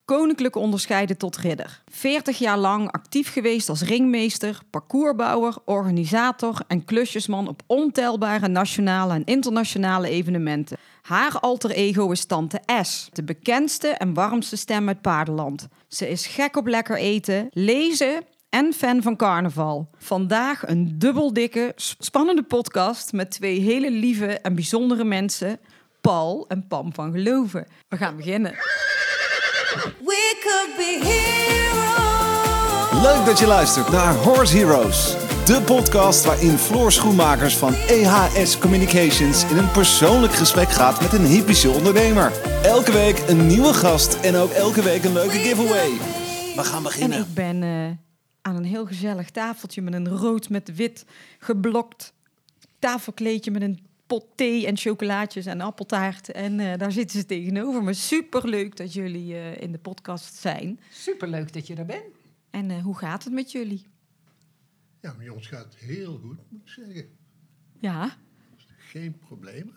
koninklijk onderscheiden tot ridder. 40 jaar lang actief geweest als ringmeester, parcoursbouwer, organisator en klusjesman op ontelbare nationale en internationale evenementen. Haar alter ego is Tante S, de bekendste en warmste stem uit paardenland. Ze is gek op lekker eten, lezen en fan van carnaval. Vandaag een dubbel dikke, spannende podcast met 2 hele lieve en bijzondere mensen, Paul en Pam van Geloven. We gaan beginnen. We could be heroes. Leuk dat je luistert naar Horse Heroes. De podcast waarin Floor Schoenmakers van EHS Communications in een persoonlijk gesprek gaat met een hypische ondernemer. Elke week een nieuwe gast en ook elke week een leuke giveaway. We gaan beginnen. En ik ben aan een heel gezellig tafeltje met een rood met wit geblokt tafelkleedje met een pot thee en chocolaatjes en appeltaart. En daar zitten ze tegenover me. Superleuk dat jullie in de podcast zijn. Superleuk dat je er bent. En hoe gaat het met jullie? Ja, met ons gaat het heel goed, moet ik zeggen. Ja. Geen problemen.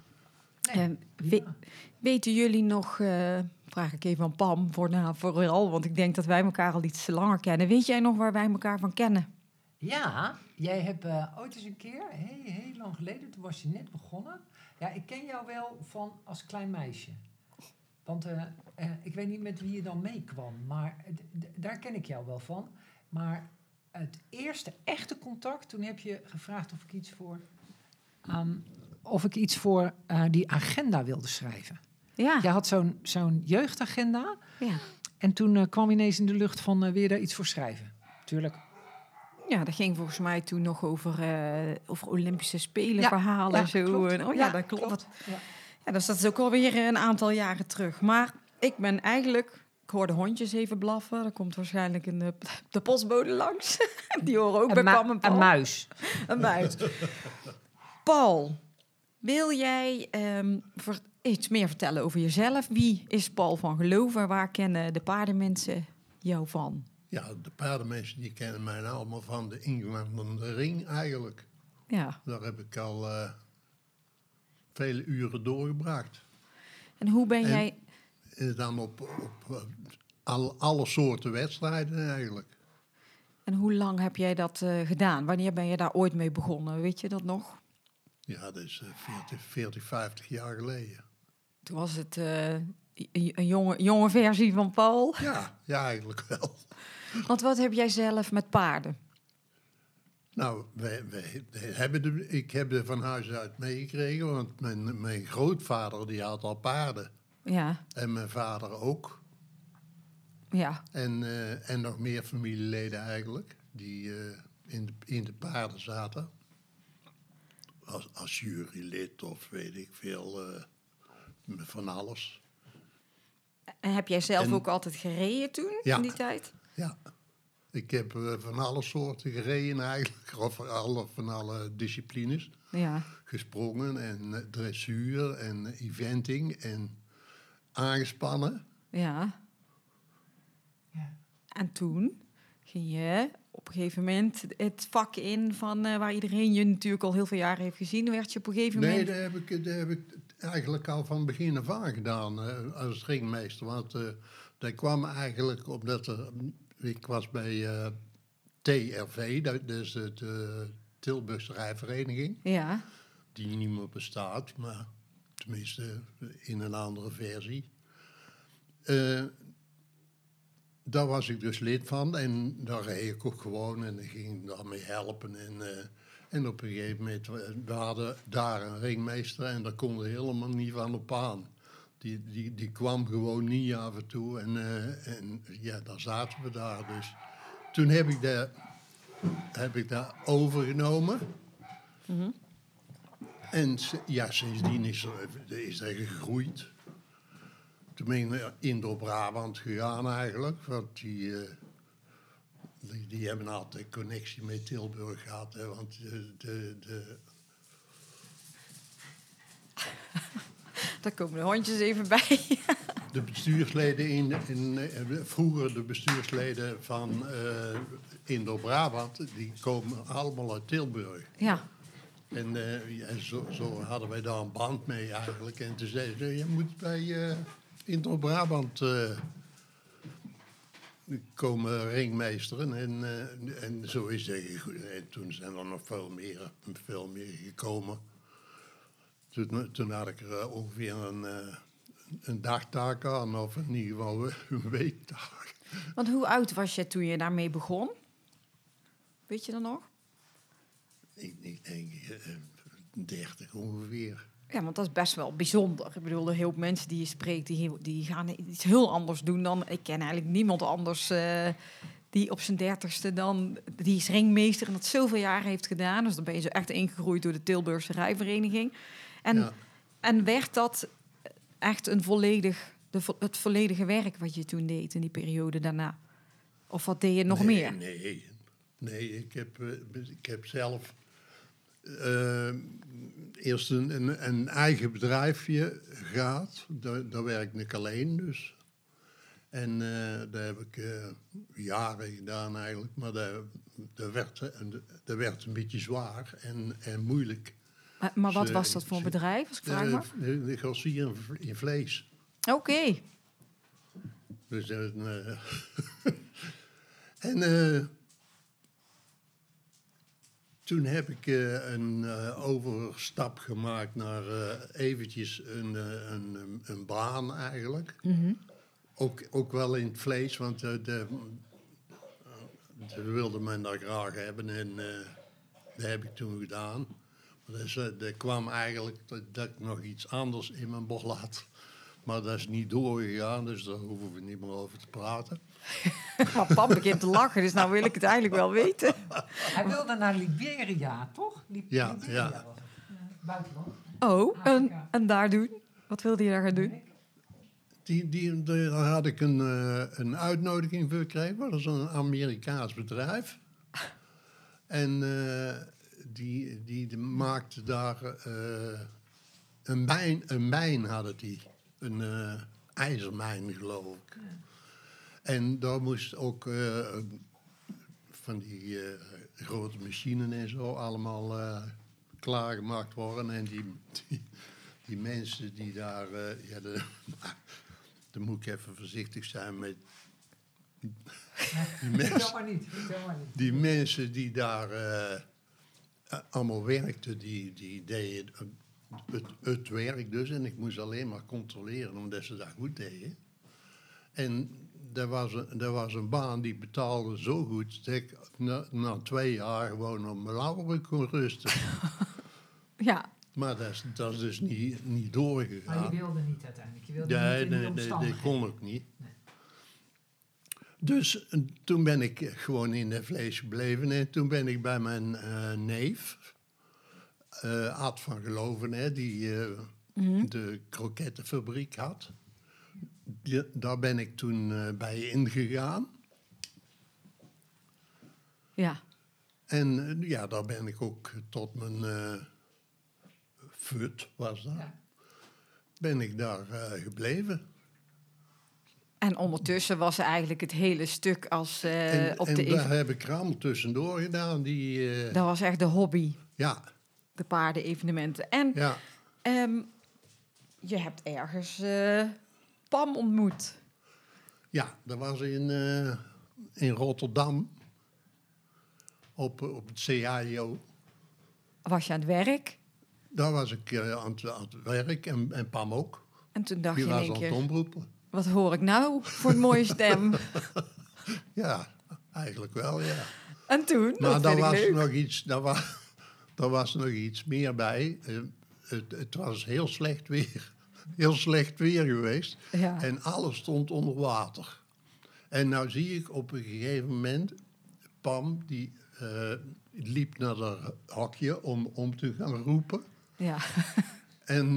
Weten jullie nog, vraag ik even aan Pam vooral, want ik denk dat wij elkaar al iets langer kennen. Weet jij nog waar wij elkaar van kennen? Ja, jij hebt ooit eens een keer, heel lang geleden, toen was je net begonnen. Ja, ik ken jou wel van als klein meisje. Want ik weet niet met wie je dan meekwam, maar daar ken ik jou wel van. Maar het eerste echte contact, toen heb je gevraagd of ik iets voor die agenda wilde schrijven. Ja. Je had zo'n jeugdagenda. Ja. En toen kwam ineens in de lucht van, wil je daar iets voor schrijven? Tuurlijk. Ja, dat ging volgens mij toen nog over Olympische Spelen verhalen en zo. Klopt. Dat klopt. Ja. Ja, dus dat is ook alweer een aantal jaren terug. Maar ik ben eigenlijk... Ik hoor de hondjes even blaffen. Er komt waarschijnlijk de postbode langs. Die horen ook bij Pam en Paul. Een muis. Een muis. Paul, wil jij iets meer vertellen over jezelf? Wie is Paul van Geloven? Waar kennen de paardenmensen jou van? Ja, de paardenmensen die kennen mij nou allemaal van de ingang van de ring eigenlijk. Ja. Daar heb ik al vele uren doorgebracht. En hoe ben jij... Dan op alle soorten wedstrijden eigenlijk. En hoe lang heb jij dat gedaan? Wanneer ben je daar ooit mee begonnen? Weet je dat nog? Ja, dat is 40, 50 jaar geleden. Toen was het een jonge versie van Paul. Ja, eigenlijk wel. Want wat heb jij zelf met paarden? Nou, ik heb er van huis uit meegekregen, want mijn grootvader die had al paarden. Ja. En mijn vader ook. Ja. En nog meer familieleden eigenlijk, die in de paarden zaten. Als jurylid of weet ik veel, van alles. En heb jij zelf ook altijd gereden toen, in die tijd? Ja, ik heb van alle soorten gereden eigenlijk, of van alle disciplines. Ja. Gesprongen en dressuur en eventing en aangespannen. Ja. En toen ging je op een gegeven moment het vak in van waar iedereen je natuurlijk al heel veel jaren heeft gezien. Werd je op een gegeven moment... Nee, dat heb ik eigenlijk al van begin af aan gedaan als ringmeester. Want dat kwam eigenlijk omdat ik was bij TRV, dat is de Tilburgse Rijvereniging. Ja. Die niet meer bestaat, maar tenminste in een andere versie. Daar was ik dus lid van en daar reed ik ook gewoon en ik ging daarmee helpen. En op een gegeven moment, we hadden daar een ringmeester en daar konden we helemaal niet van op aan. Die kwam gewoon niet af en toe en daar zaten we daar. Dus toen heb ik dat overgenomen. Mm-hmm. En sindsdien is er gegroeid. Toen ben ik naar Indo-Brabant gegaan eigenlijk, want die hebben altijd connectie met Tilburg gehad. Hè, want Daar komen de hondjes even bij. de bestuursleden vroeger de bestuursleden van Indo-Brabant, die komen allemaal uit Tilburg. Ja. En zo hadden wij daar een band mee eigenlijk. En toen zeiden ze, je moet bij Indo-Brabant komen ringmeesteren en zo is het gegroeid. En toen zijn er nog veel meer gekomen. Toen had ik er ongeveer een dagtaak aan, of in ieder geval een weektaak. Want hoe oud was je toen je daarmee begon? Weet je dat nog? Ik denk 30 ongeveer. Ja, want dat is best wel bijzonder. Ik bedoel, de heel mensen die je spreekt, die gaan iets heel anders doen dan... Ik ken eigenlijk niemand anders die op zijn 30ste dan... Die is ringmeester en dat zoveel jaar heeft gedaan. Dus dan ben je zo echt ingegroeid door de Tilburgse Rijvereniging. En werd dat echt het volledige werk wat je toen deed in die periode daarna? Of wat deed je nog meer? Nee, ik heb zelf eerst een eigen bedrijfje gehad. Daar werkte ik alleen dus. En daar heb ik jaren gedaan eigenlijk. Maar dat werd een beetje zwaar en moeilijk. Maar wat was dat voor een bedrijf, als ik vraag mag? De grossier in vlees. Oké. Dus toen heb ik een overstap gemaakt naar eventjes een baan eigenlijk. Mm-hmm. Ook wel in het vlees, want ze wilden men daar graag hebben en dat heb ik toen gedaan. Dus er kwam eigenlijk dat ik nog iets anders in mijn bol had. Maar dat is niet doorgegaan, dus daar hoeven we niet meer over te praten. Maar Pam begint te lachen, dus nou wil ik het eigenlijk wel weten. Hij wilde naar Liberia, toch? Ja. Liberia was het. Buitenland. Oh, en daar doen? Wat wilde je daar gaan doen? Daar had ik een uitnodiging voor gekregen. Dat is een Amerikaans bedrijf. En die maakte daar een mijn hadden die. Een ijzermijn, geloof ik. En daar moest ook van die grote machines en zo allemaal klaargemaakt worden. En die mensen die daar... dan moet ik even voorzichtig zijn met... Vertel maar niet. Die mensen die daar allemaal werkten, die deden het werk dus. En ik moest alleen maar controleren omdat ze dat goed deden. En er was een baan die betaalde zo goed dat ik na 2 jaar gewoon op mijn lauweren kon rusten. Ja. Maar dat is dus niet doorgegaan. Maar je wilde niet uiteindelijk. Je wilde niet in die Nee, omstandigheden. dat kon ook niet. Nee. Dus toen ben ik gewoon in het vlees gebleven. En toen ben ik bij mijn neef, Ad van Geloven, hè, die de krokettenfabriek had. Daar ben ik toen bij ingegaan. Ja. En daar ben ik ook tot mijn fut was dat. Ja. Ben ik daar gebleven. En ondertussen was eigenlijk het hele stuk als En op de... daar heb ik er allemaal tussendoor gedaan. Dat was echt de hobby, Ja, de paardenevenementen. En ja. je hebt ergens Pam ontmoet. Ja, dat was in Rotterdam. Op het CAIO. Was je aan het werk? Daar was ik aan het werk en Pam ook. En toen dacht Die je in was één aan het keer... omroepen. Wat hoor ik nou voor een mooie stem? Ja, eigenlijk wel, ja. En toen? Maar dat daar vind ik was leuk. nog iets, daar was nog iets meer bij. Het was heel slecht weer. Heel slecht weer geweest. Ja. En alles stond onder water. En nou zie ik op een gegeven moment... Pam, die liep naar haar hokje om te gaan roepen. Ja. En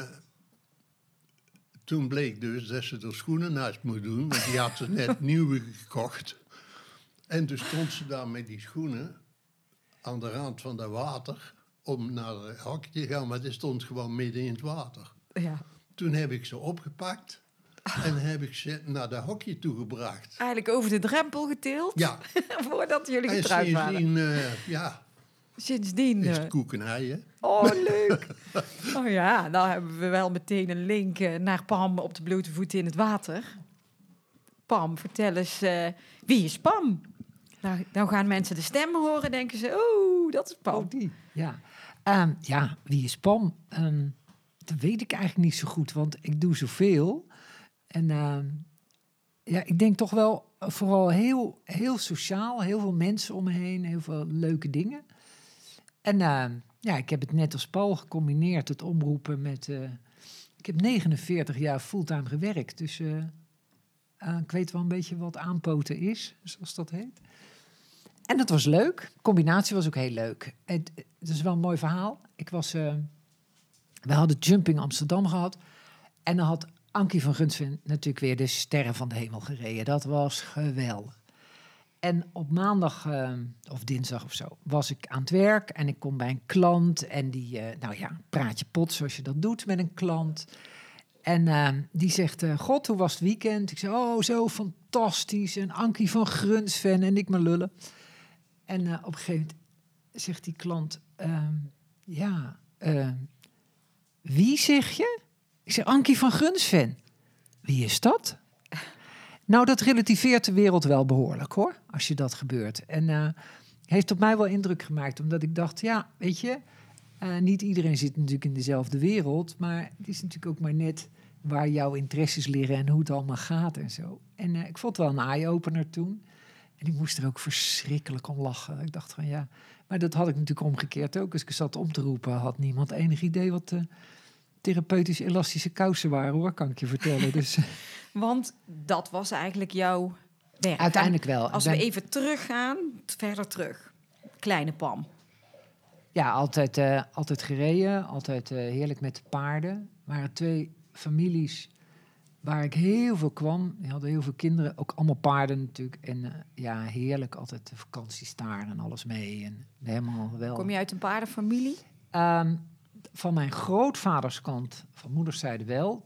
toen bleek dus dat ze er schoenen naast moest doen. Want die had ze net nieuwe gekocht. En toen stond ze daar met die schoenen aan de rand van dat water... om naar het hokje te gaan, maar die stond gewoon midden in het water. Ja. Toen heb ik ze opgepakt en heb ik ze naar dat hokje toegebracht. Eigenlijk over de drempel getild. Ja. Voordat jullie En getrouwd waren. sindsdien, Sindsdien. is het koek en ei, hè? Oh, leuk. Oh ja, nou hebben we wel meteen een link naar Pam op de blote voeten in het water. Pam, vertel eens, wie is Pam? Nou gaan mensen de stem horen, denken ze, oh, dat is Pam. Oh, die. Ja. Wie is Pam? Dat weet ik eigenlijk niet zo goed, want ik doe zoveel. En ik denk toch wel vooral heel, heel sociaal. Heel veel mensen om me heen, heel veel leuke dingen. En ik heb het net als Paul gecombineerd, het omroepen met... ik heb 49 jaar fulltime gewerkt, dus ik weet wel een beetje wat aanpoten is, zoals dat heet. En dat was leuk. De combinatie was ook heel leuk. Het is wel een mooi verhaal. We hadden Jumping Amsterdam gehad. En dan had Ankie van Gunsven natuurlijk weer de Sterren van de Hemel gereden. Dat was geweldig. En op maandag of dinsdag of zo was ik aan het werk. En ik kom bij een klant. En die, praat je pot zoals je dat doet met een klant. En die zegt, God, hoe was het weekend? Ik zeg, oh, zo fantastisch. En Ankie van Gunsven en ik me lullen. En op een gegeven moment zegt die klant, wie zeg je? Ik zeg, Ankie van Gunsven. Wie is dat? Nou, dat relativeert de wereld wel behoorlijk, hoor, als je dat gebeurt. En heeft op mij wel indruk gemaakt, omdat ik dacht, ja, weet je, niet iedereen zit natuurlijk in dezelfde wereld, maar het is natuurlijk ook maar net waar jouw interesses liggen en hoe het allemaal gaat en zo. En ik vond het wel een eye-opener toen. En ik moest er ook verschrikkelijk om lachen. Ik dacht van ja, maar dat had ik natuurlijk omgekeerd ook. Als ik zat om te roepen, had niemand enig idee wat therapeutisch elastische kousen waren, hoor, kan ik je vertellen. Dus, Want dat was eigenlijk jouw werk. uiteindelijk wel. Als we even teruggaan, verder terug. Kleine Pam. Ja, altijd gereden, altijd heerlijk met de paarden. Er waren 2 families waar ik heel veel kwam. Die hadden heel veel kinderen, ook allemaal paarden natuurlijk. En heerlijk, altijd de vakanties daar en alles mee. En helemaal wel. Kom je uit een paardenfamilie? Van mijn grootvaders kant, van moederszijde wel.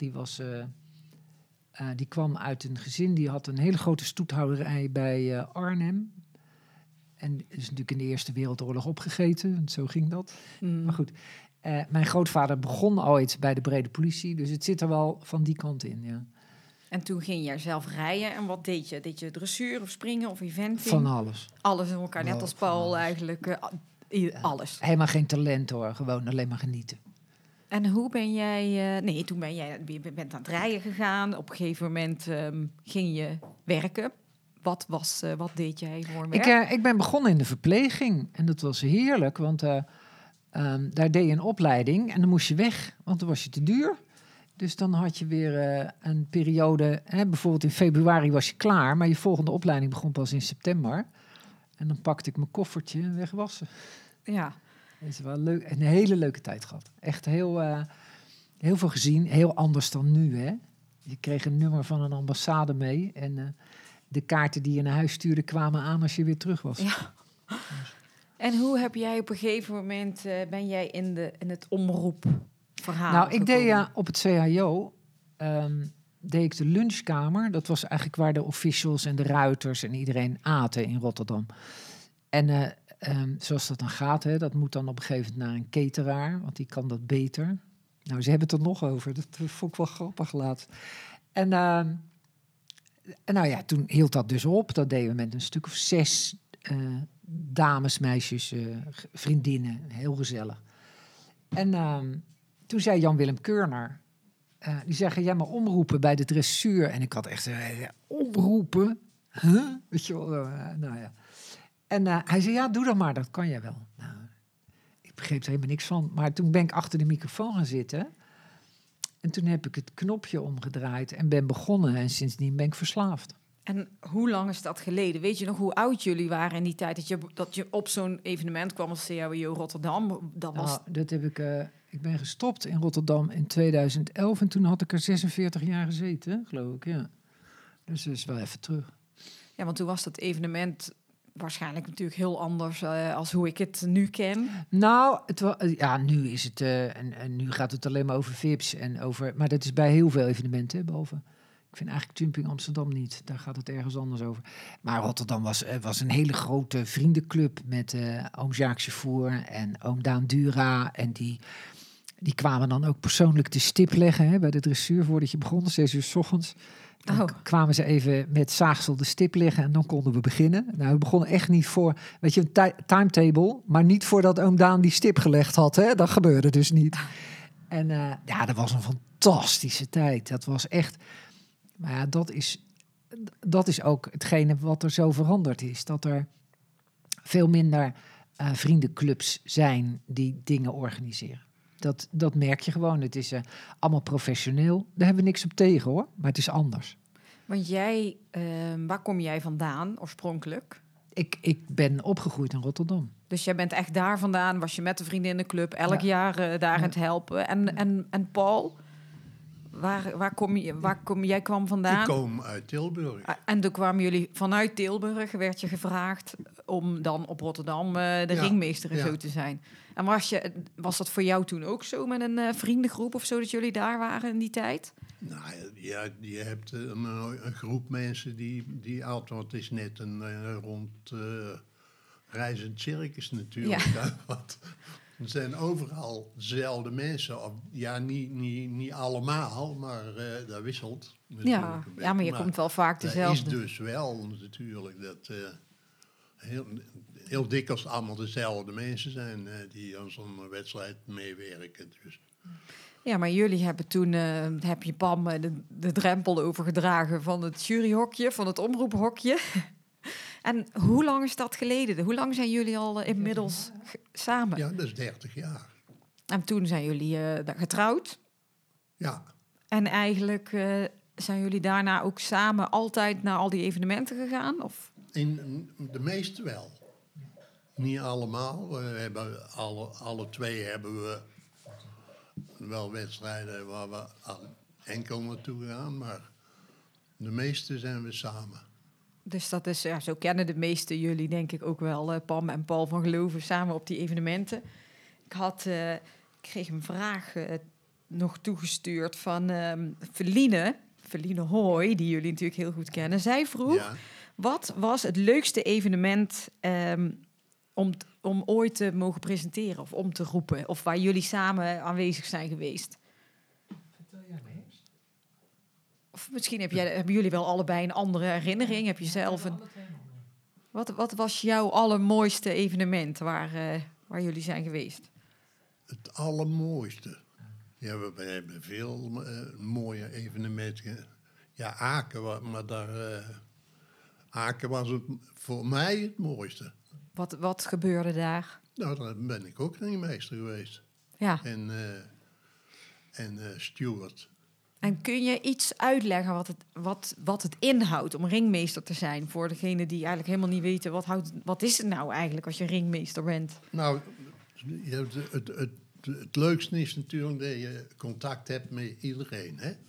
Die kwam uit een gezin, die had een hele grote stoethouderij bij Arnhem. En is natuurlijk in de Eerste Wereldoorlog opgegeten. En zo ging dat. Maar goed, mijn grootvader begon al iets bij de brede politie. Dus het zit er wel van die kant in, ja. En toen ging jij zelf rijden. En wat deed je? Deed je dressuur of springen of eventing? Van alles. Alles in elkaar, net Ja, als van Paul alles. eigenlijk. Alles. Helemaal geen talent, hoor. Gewoon alleen maar genieten. En hoe ben jij... toen ben jij je bent aan het rijden gegaan. Op een gegeven moment ging je werken. Wat deed jij voor werk? Ik ben begonnen in de verpleging. En dat was heerlijk, want daar deed je een opleiding. En dan moest je weg, want dan was je te duur. Dus dan had je weer een periode... bijvoorbeeld in februari was je klaar... maar je volgende opleiding begon pas in september. En dan pakte ik mijn koffertje en wegwassen. Ja. Dat is wel leuk. Een hele leuke tijd gehad. Echt heel veel gezien. Heel anders dan nu, hè. Je kreeg een nummer van een ambassade mee. En de kaarten die je naar huis stuurde kwamen aan als je weer terug was. Ja. En hoe heb jij op een gegeven moment... ben jij in het omroepverhaal Nou, ik deed gekomen? op het CHO... deed ik de lunchkamer. Dat was eigenlijk waar de officials en de ruiters en iedereen aten in Rotterdam. En zoals dat dan gaat, hè, dat moet dan op een gegeven moment naar een cateraar, want die kan dat beter. Nou, ze hebben het er nog over. Dat vond ik wel grappig laatst. En nou ja, toen hield dat dus op. Dat deden we met een stuk of 6 dames, meisjes, vriendinnen. Heel gezellig. En toen zei Jan-Willem Keurner... die zei, ga jij maar omroepen bij de dressuur. En ik had echt omroepen? Huh? Weet je wel, nou ja. En hij zei, ja, doe dat maar, dat kan jij wel. Nou, ik begreep er helemaal niks van. Maar toen ben ik achter de microfoon gaan zitten. En toen heb ik het knopje omgedraaid en ben begonnen. En sindsdien ben ik verslaafd. En hoe lang is dat geleden? Weet je nog hoe oud jullie waren in die tijd... dat je op zo'n evenement kwam als CHO Rotterdam? Dat was... Nou, dat heb ik ben gestopt in Rotterdam in 2011. En toen had ik er 46 jaar gezeten, geloof ik, ja. Dus dat is wel even terug. Ja, want toen was dat evenement... waarschijnlijk natuurlijk heel anders als hoe ik het nu ken. Nou, nu is het... en nu gaat het alleen maar over VIP's en over... Maar dat is bij heel veel evenementen, behalve... Ik vind eigenlijk Jumping Amsterdam niet. Daar gaat het ergens anders over. Maar Rotterdam was een hele grote vriendenclub... met oom Jacques Chaufour en oom Daan Dura. En die kwamen dan ook persoonlijk de stip leggen... Hè, bij de dressuur voordat je begon, 6 uur 's ochtends. Dan Oh. kwamen ze even met zaagsel de stip liggen en dan konden we beginnen. Nou, we begonnen echt niet voor, weet je, een timetable, maar niet voordat oom Daan die stip gelegd had. Hè? Dat gebeurde dus niet. En ja, dat was een fantastische tijd. Dat was echt, maar ja, dat is ook hetgene wat er zo veranderd is. Dat er veel minder vriendenclubs zijn die dingen organiseren. Dat merk je gewoon. Het is allemaal professioneel. Daar hebben we niks op tegen hoor, maar het is anders. Want jij, waar kom jij vandaan oorspronkelijk? Ik ben opgegroeid in Rotterdam. Dus jij bent echt daar vandaan, was je met de vriendinnenclub elk Ja. jaar daar Ja. aan het helpen. En Paul, waar kom jij kwam vandaan? Ik kom uit Tilburg. En toen kwamen jullie vanuit Tilburg, werd je gevraagd om dan op Rotterdam de Ja, ringmeester en ja. zo te zijn. En was dat voor jou toen ook zo met een vriendengroep of zo, dat jullie daar waren in die tijd? Nou ja, je hebt een groep mensen die altijd, het is net een rond reizend circus natuurlijk. Ja. Hè, want er zijn overal dezelfde mensen. Ja, niet allemaal, maar dat wisselt. natuurlijk een beetje. Ja, maar je komt wel vaak dat dezelfde. is dus wel natuurlijk dat heel dikwijls allemaal dezelfde mensen zijn die aan zo'n wedstrijd meewerken. Dus. Ja, maar jullie hebben toen, heb je Pam de drempel overgedragen van het juryhokje, van het omroephokje. En hoe lang is dat geleden? Hoe lang zijn jullie al inmiddels samen? Ja, dat is 30 jaar. En toen zijn jullie getrouwd. Ja. En eigenlijk zijn jullie daarna ook samen altijd naar al die evenementen gegaan? Of? In de meeste wel. Niet allemaal. We hebben alle twee hebben we wel wedstrijden waar we enkel naartoe gaan, maar de meeste zijn we samen. Dus dat is, ja, zo kennen de meeste jullie denk ik ook wel, Pam en Paul van Geloven, samen op die evenementen. Ik kreeg een vraag nog toegestuurd van Feline Hooy, die jullie natuurlijk heel goed kennen. Zij vroeg, Ja. wat was het leukste evenement om ooit te mogen presenteren of om te roepen? Of waar jullie samen aanwezig zijn geweest? Vertel jij me eens? Of misschien hebben jullie wel allebei een andere herinnering. Heb je zelf een... Wat was jouw allermooiste evenement waar jullie zijn geweest? Het allermooiste. Ja, we hebben veel mooie evenementen. Ja, Aken, maar Aken was voor mij het mooiste. Wat gebeurde daar? Nou, daar ben ik ook ringmeester geweest. Ja. En Stuart. En kun je iets uitleggen wat het inhoudt om ringmeester te zijn? Voor degene die eigenlijk helemaal niet weten, wat is het nou eigenlijk als je ringmeester bent? Nou, het leukste is natuurlijk dat je contact hebt met iedereen. Hè?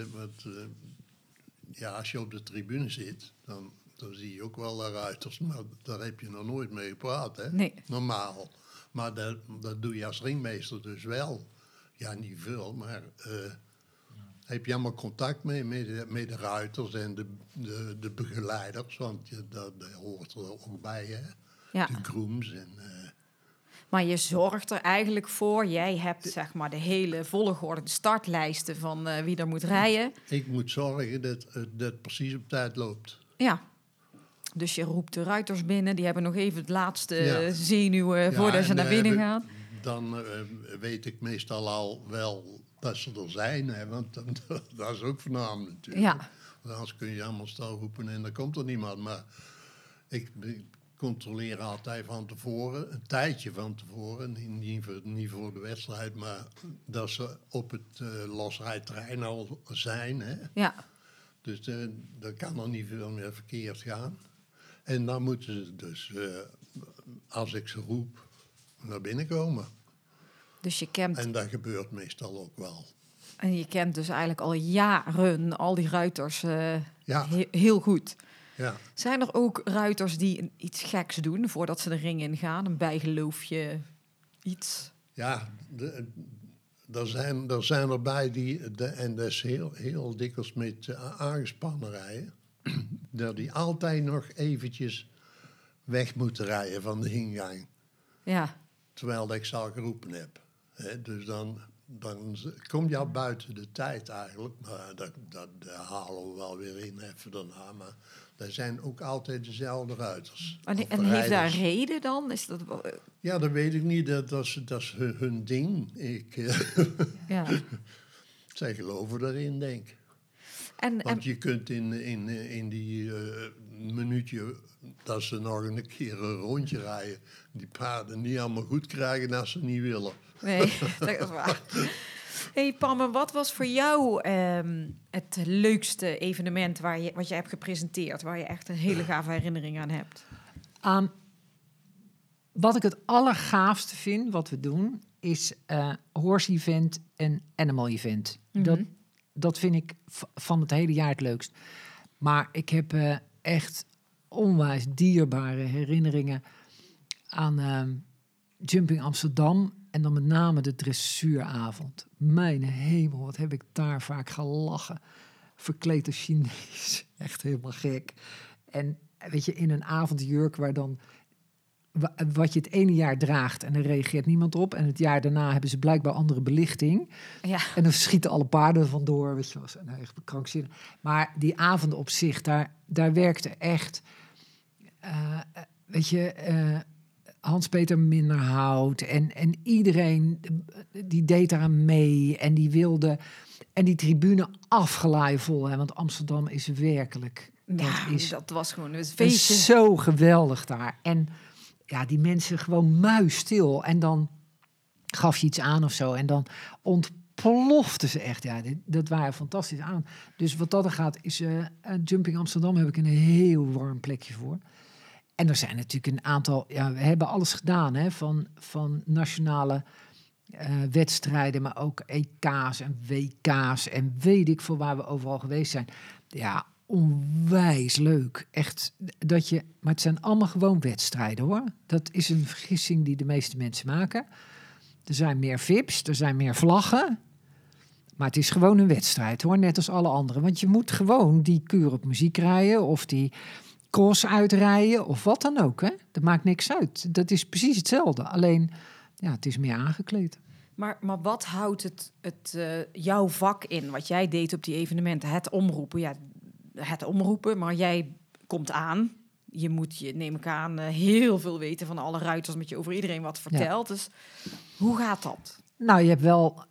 Als je op de tribune zit, dan zie je ook wel de ruiters, maar daar heb je nog nooit mee gepraat, hè? Nee. Normaal. Maar dat doe je als ringmeester dus wel. Ja, niet veel, maar heb je allemaal contact mee met de ruiters en de begeleiders, want dat hoort er ook bij, hè? Ja. De grooms en... Maar je zorgt er eigenlijk voor. Jij hebt zeg maar de hele volgorde, de startlijsten van wie er moet rijden. Ik moet zorgen dat het precies op tijd loopt. Ja. Dus je roept de ruiters binnen. Die hebben nog even het laatste Ja. zenuwen voordat ze en naar binnen gaan. Dan weet ik meestal al wel dat ze er zijn, hè, want dat is ook voornaam natuurlijk. Ja. Want anders kun je allemaal stil roepen en dan komt er niemand. Maar ik controleer altijd van tevoren, een tijdje van tevoren, niet voor de wedstrijd, maar dat ze op het losrijterrein al zijn. Hè. Ja. Dus dan kan er niet veel meer verkeerd gaan. En dan moeten ze dus, als ik ze roep, naar binnen komen. Dus je kent, En dat gebeurt meestal ook wel. en je kent dus eigenlijk al jaren al die ruiters Ja. heel goed. Ja. Zijn er ook ruiters die iets geks doen voordat ze de ring ingaan? Een bijgeloofje, iets? Ja, er zijn erbij en dat is heel dikwijls met aangespannen rijden, dat die altijd nog eventjes weg moeten rijden van de ingang. Ja. Terwijl ik ze al geroepen heb. Dus dan kom je al buiten de tijd eigenlijk. Maar dat halen we wel weer in even daarna. Maar er zijn ook altijd dezelfde ruiters. En Of heeft daar een rijders. reden dan? Is dat wel, Ja, dat weet ik niet. Dat is hun ding. ja. Zij geloven erin, denk ik. En Want je kunt in die minuutje dat ze nog een keer een rondje rijden, die paarden niet allemaal goed krijgen als ze niet willen. nee, dat is waar. Hey Pam, en wat was voor jou het leukste evenement wat je hebt gepresenteerd, waar je echt een hele gave herinnering aan hebt? Wat ik het allergaafste vind, wat we doen, is horse event en animal event. Dat vind ik van het hele jaar het leukst. Maar ik heb echt onwijs dierbare herinneringen aan Jumping Amsterdam. En dan met name de dressuuravond. Mijn hemel, wat heb ik daar vaak gelachen. Verkleed als Chinees. Echt helemaal gek. En weet je, in een avondjurk waar dan wat je het ene jaar draagt en er reageert niemand op. En het jaar daarna hebben ze blijkbaar andere belichting. Ja. En dan schieten alle paarden vandoor. Weet je, was een echt krankzinnig. Maar die avonden op zich, daar werkte echt, weet je, Hans-Peter Minderhout en iedereen die deed daaraan mee. En die wilde, en die tribune afgelaaien vol. Hè, want Amsterdam is werkelijk, Dat was gewoon een is feestje. zo geweldig daar. En ja, die mensen gewoon muisstil. En dan gaf je iets aan of zo. En dan ontplofte ze echt. Ja, dat waren fantastisch aan. Dus wat dat er gaat, is Jumping Amsterdam heb ik een heel warm plekje voor. En er zijn natuurlijk een aantal. Ja, we hebben alles gedaan, hè, van nationale wedstrijden, maar ook EK's en WK's en weet ik veel waar we overal geweest zijn. Ja, onwijs leuk. Echt dat je. Maar het zijn allemaal gewoon wedstrijden, hoor. Dat is een vergissing die de meeste mensen maken. Er zijn meer VIP's, er zijn meer vlaggen. Maar het is gewoon een wedstrijd, hoor. Net als alle anderen. Want je moet gewoon die kuur op muziek rijden of die cross uitrijden of wat dan ook, hè. Dat maakt niks uit. Dat is precies hetzelfde. Alleen, ja, het is meer aangekleed. Maar wat houdt jouw vak in, wat jij deed op die evenementen? Het omroepen, ja, het omroepen, maar jij komt aan. Je moet, neem ik aan, heel veel weten van alle ruiters, met je over iedereen wat vertelt. Ja. Dus hoe gaat dat? Nou, je hebt wel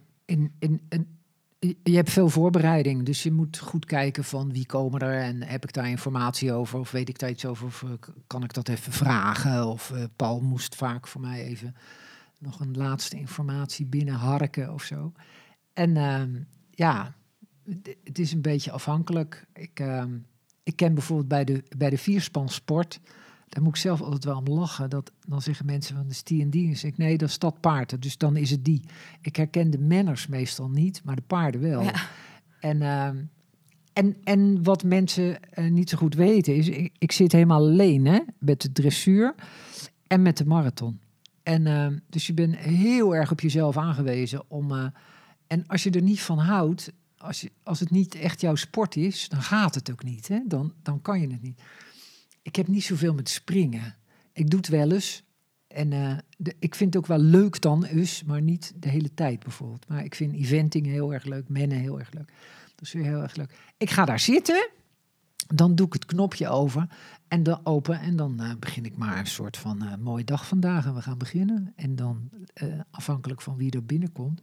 je hebt veel voorbereiding, dus je moet goed kijken van wie komen er en heb ik daar informatie over of weet ik daar iets over of kan ik dat even vragen of Paul moest vaak voor mij even nog een laatste informatie binnenharken of zo. En ja, het is een beetje afhankelijk. Ik ken bijvoorbeeld bij de vierspansport, daar moet ik zelf altijd wel om lachen. Dan zeggen mensen van de die en die. En zeg ik, nee, dat is dat paard. Dus dan is het die. Ik herken de manners meestal niet, maar de paarden wel. Ja. En wat mensen niet zo goed weten is, ik zit helemaal alleen, hè, met de dressuur en met de marathon. En dus je bent heel erg op jezelf aangewezen om. En als je er niet van houdt, als het niet echt jouw sport is, dan gaat het ook niet. Hè? Dan kan je het niet. Ik heb niet zoveel met springen. Ik doe het wel eens. En ik vind het ook wel leuk dan eens, maar niet de hele tijd bijvoorbeeld. Maar ik vind eventing heel erg leuk, mennen heel erg leuk. Dat is weer heel erg leuk. Ik ga daar zitten, dan doe ik het knopje open en dan begin ik maar een soort van mooie dag vandaag en we gaan beginnen. En dan afhankelijk van wie er binnenkomt.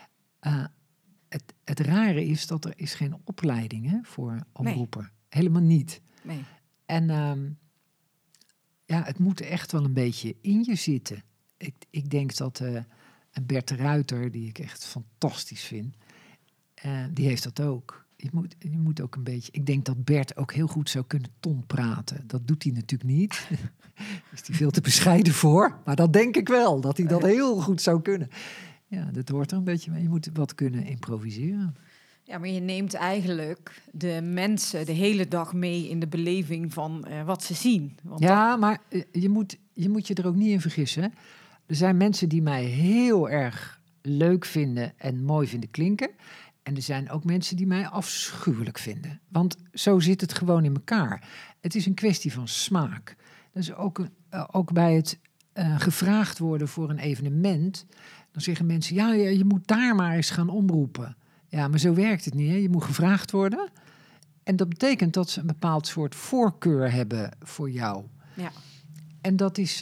Het rare is dat er is geen opleiding is voor omroeper. Nee. Helemaal niet. Nee. En ja, het moet echt wel een beetje in je zitten. Ik denk dat Bert de Ruiter, die ik echt fantastisch vind, die heeft dat ook. Je moet ook een beetje. Ik denk dat Bert ook heel goed zou kunnen tonpraten. Dat doet hij natuurlijk niet. Daar is hij veel te bescheiden voor. Maar dat denk ik wel, dat hij dat heel goed zou kunnen. Ja, dat hoort er een beetje mee. Je moet wat kunnen improviseren. Ja, maar je neemt eigenlijk de mensen de hele dag mee in de beleving van wat ze zien. Want ja, maar je moet je er ook niet in vergissen. Hè? Er zijn mensen die mij heel erg leuk vinden en mooi vinden klinken. En er zijn ook mensen die mij afschuwelijk vinden. Want zo zit het gewoon in elkaar. Het is een kwestie van smaak. Dus ook bij het gevraagd worden voor een evenement, Dan zeggen mensen, ja, je moet daar maar eens gaan omroepen. Ja, maar zo werkt het niet. Hè? Je moet gevraagd worden. En dat betekent dat ze een bepaald soort voorkeur hebben voor jou. Ja. En dat is,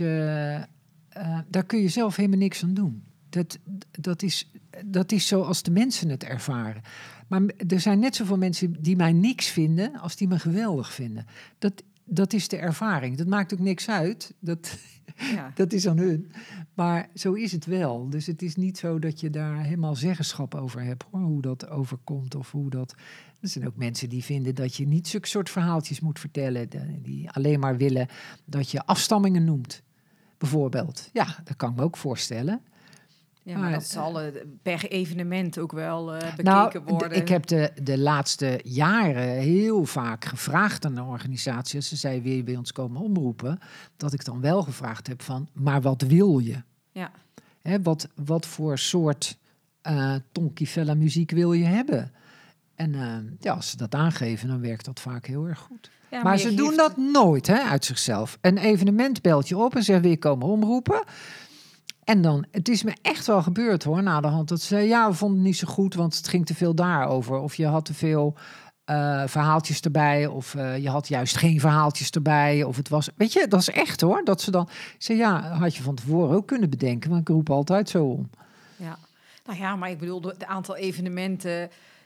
daar kun je zelf helemaal niks aan doen. Dat is zoals de mensen het ervaren. Maar er zijn net zoveel mensen die mij niks vinden als die me geweldig vinden. Dat is de ervaring. Dat maakt ook niks uit. Dat is aan hun. Maar zo is het wel. Dus het is niet zo dat je daar helemaal zeggenschap over hebt, hoor, hoe dat overkomt of hoe dat. Er zijn ook mensen die vinden dat je niet zulke soort verhaaltjes moet vertellen. Die alleen maar willen dat je afstammingen noemt, bijvoorbeeld. Ja, dat kan ik me ook voorstellen. Ja, maar dat zal per evenement ook wel bekeken worden. Ik heb de laatste jaren heel vaak gevraagd aan de organisatie, als ze zei, wil je bij ons komen omroepen, dat ik dan wel gevraagd heb van, maar wat wil je? Ja. Hè, wat voor soort tonkifella muziek wil je hebben? En als ze dat aangeven, dan werkt dat vaak heel erg goed. Ja, maar ze doen dat nooit, hè, uit zichzelf. Een evenement belt je op en zegt, wil je komen omroepen? En dan, het is me echt wel gebeurd, hoor, na de hand. Dat ze zei, ja, we vonden het niet zo goed, want het ging te veel daarover. Of je had te veel verhaaltjes erbij, of je had juist geen verhaaltjes erbij. Of het was, weet je, dat is echt, hoor. Dat ze dan zei, ja, had je van tevoren ook kunnen bedenken, want ik roep altijd zo om. Ja, nou ja, maar ik bedoel, het aantal evenementen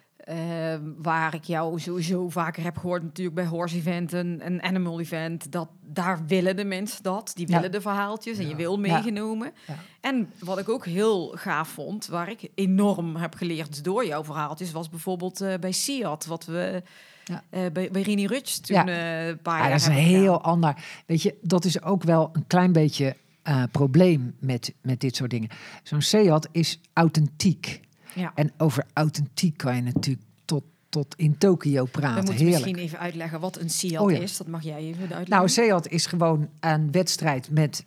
waar ik jou sowieso vaker heb gehoord, natuurlijk bij Horse Event, een Animal Event, daar willen de mensen dat. Die willen de verhaaltjes en je wil meegenomen. Ja. En wat ik ook heel gaaf vond, waar ik enorm heb geleerd door jouw verhaaltjes, was bijvoorbeeld bij Siat, wat we bij Rini Rutsch toen een paar jaar dat is een heel ander. Weet je, dat is ook wel een klein beetje probleem met dit soort dingen. Zo'n Seat is authentiek. Ja. En over authentiek kan je natuurlijk tot in Tokio praten. We moeten misschien even uitleggen wat een Seat is. Dat mag jij even uitleggen. Nou, Seat is gewoon een wedstrijd met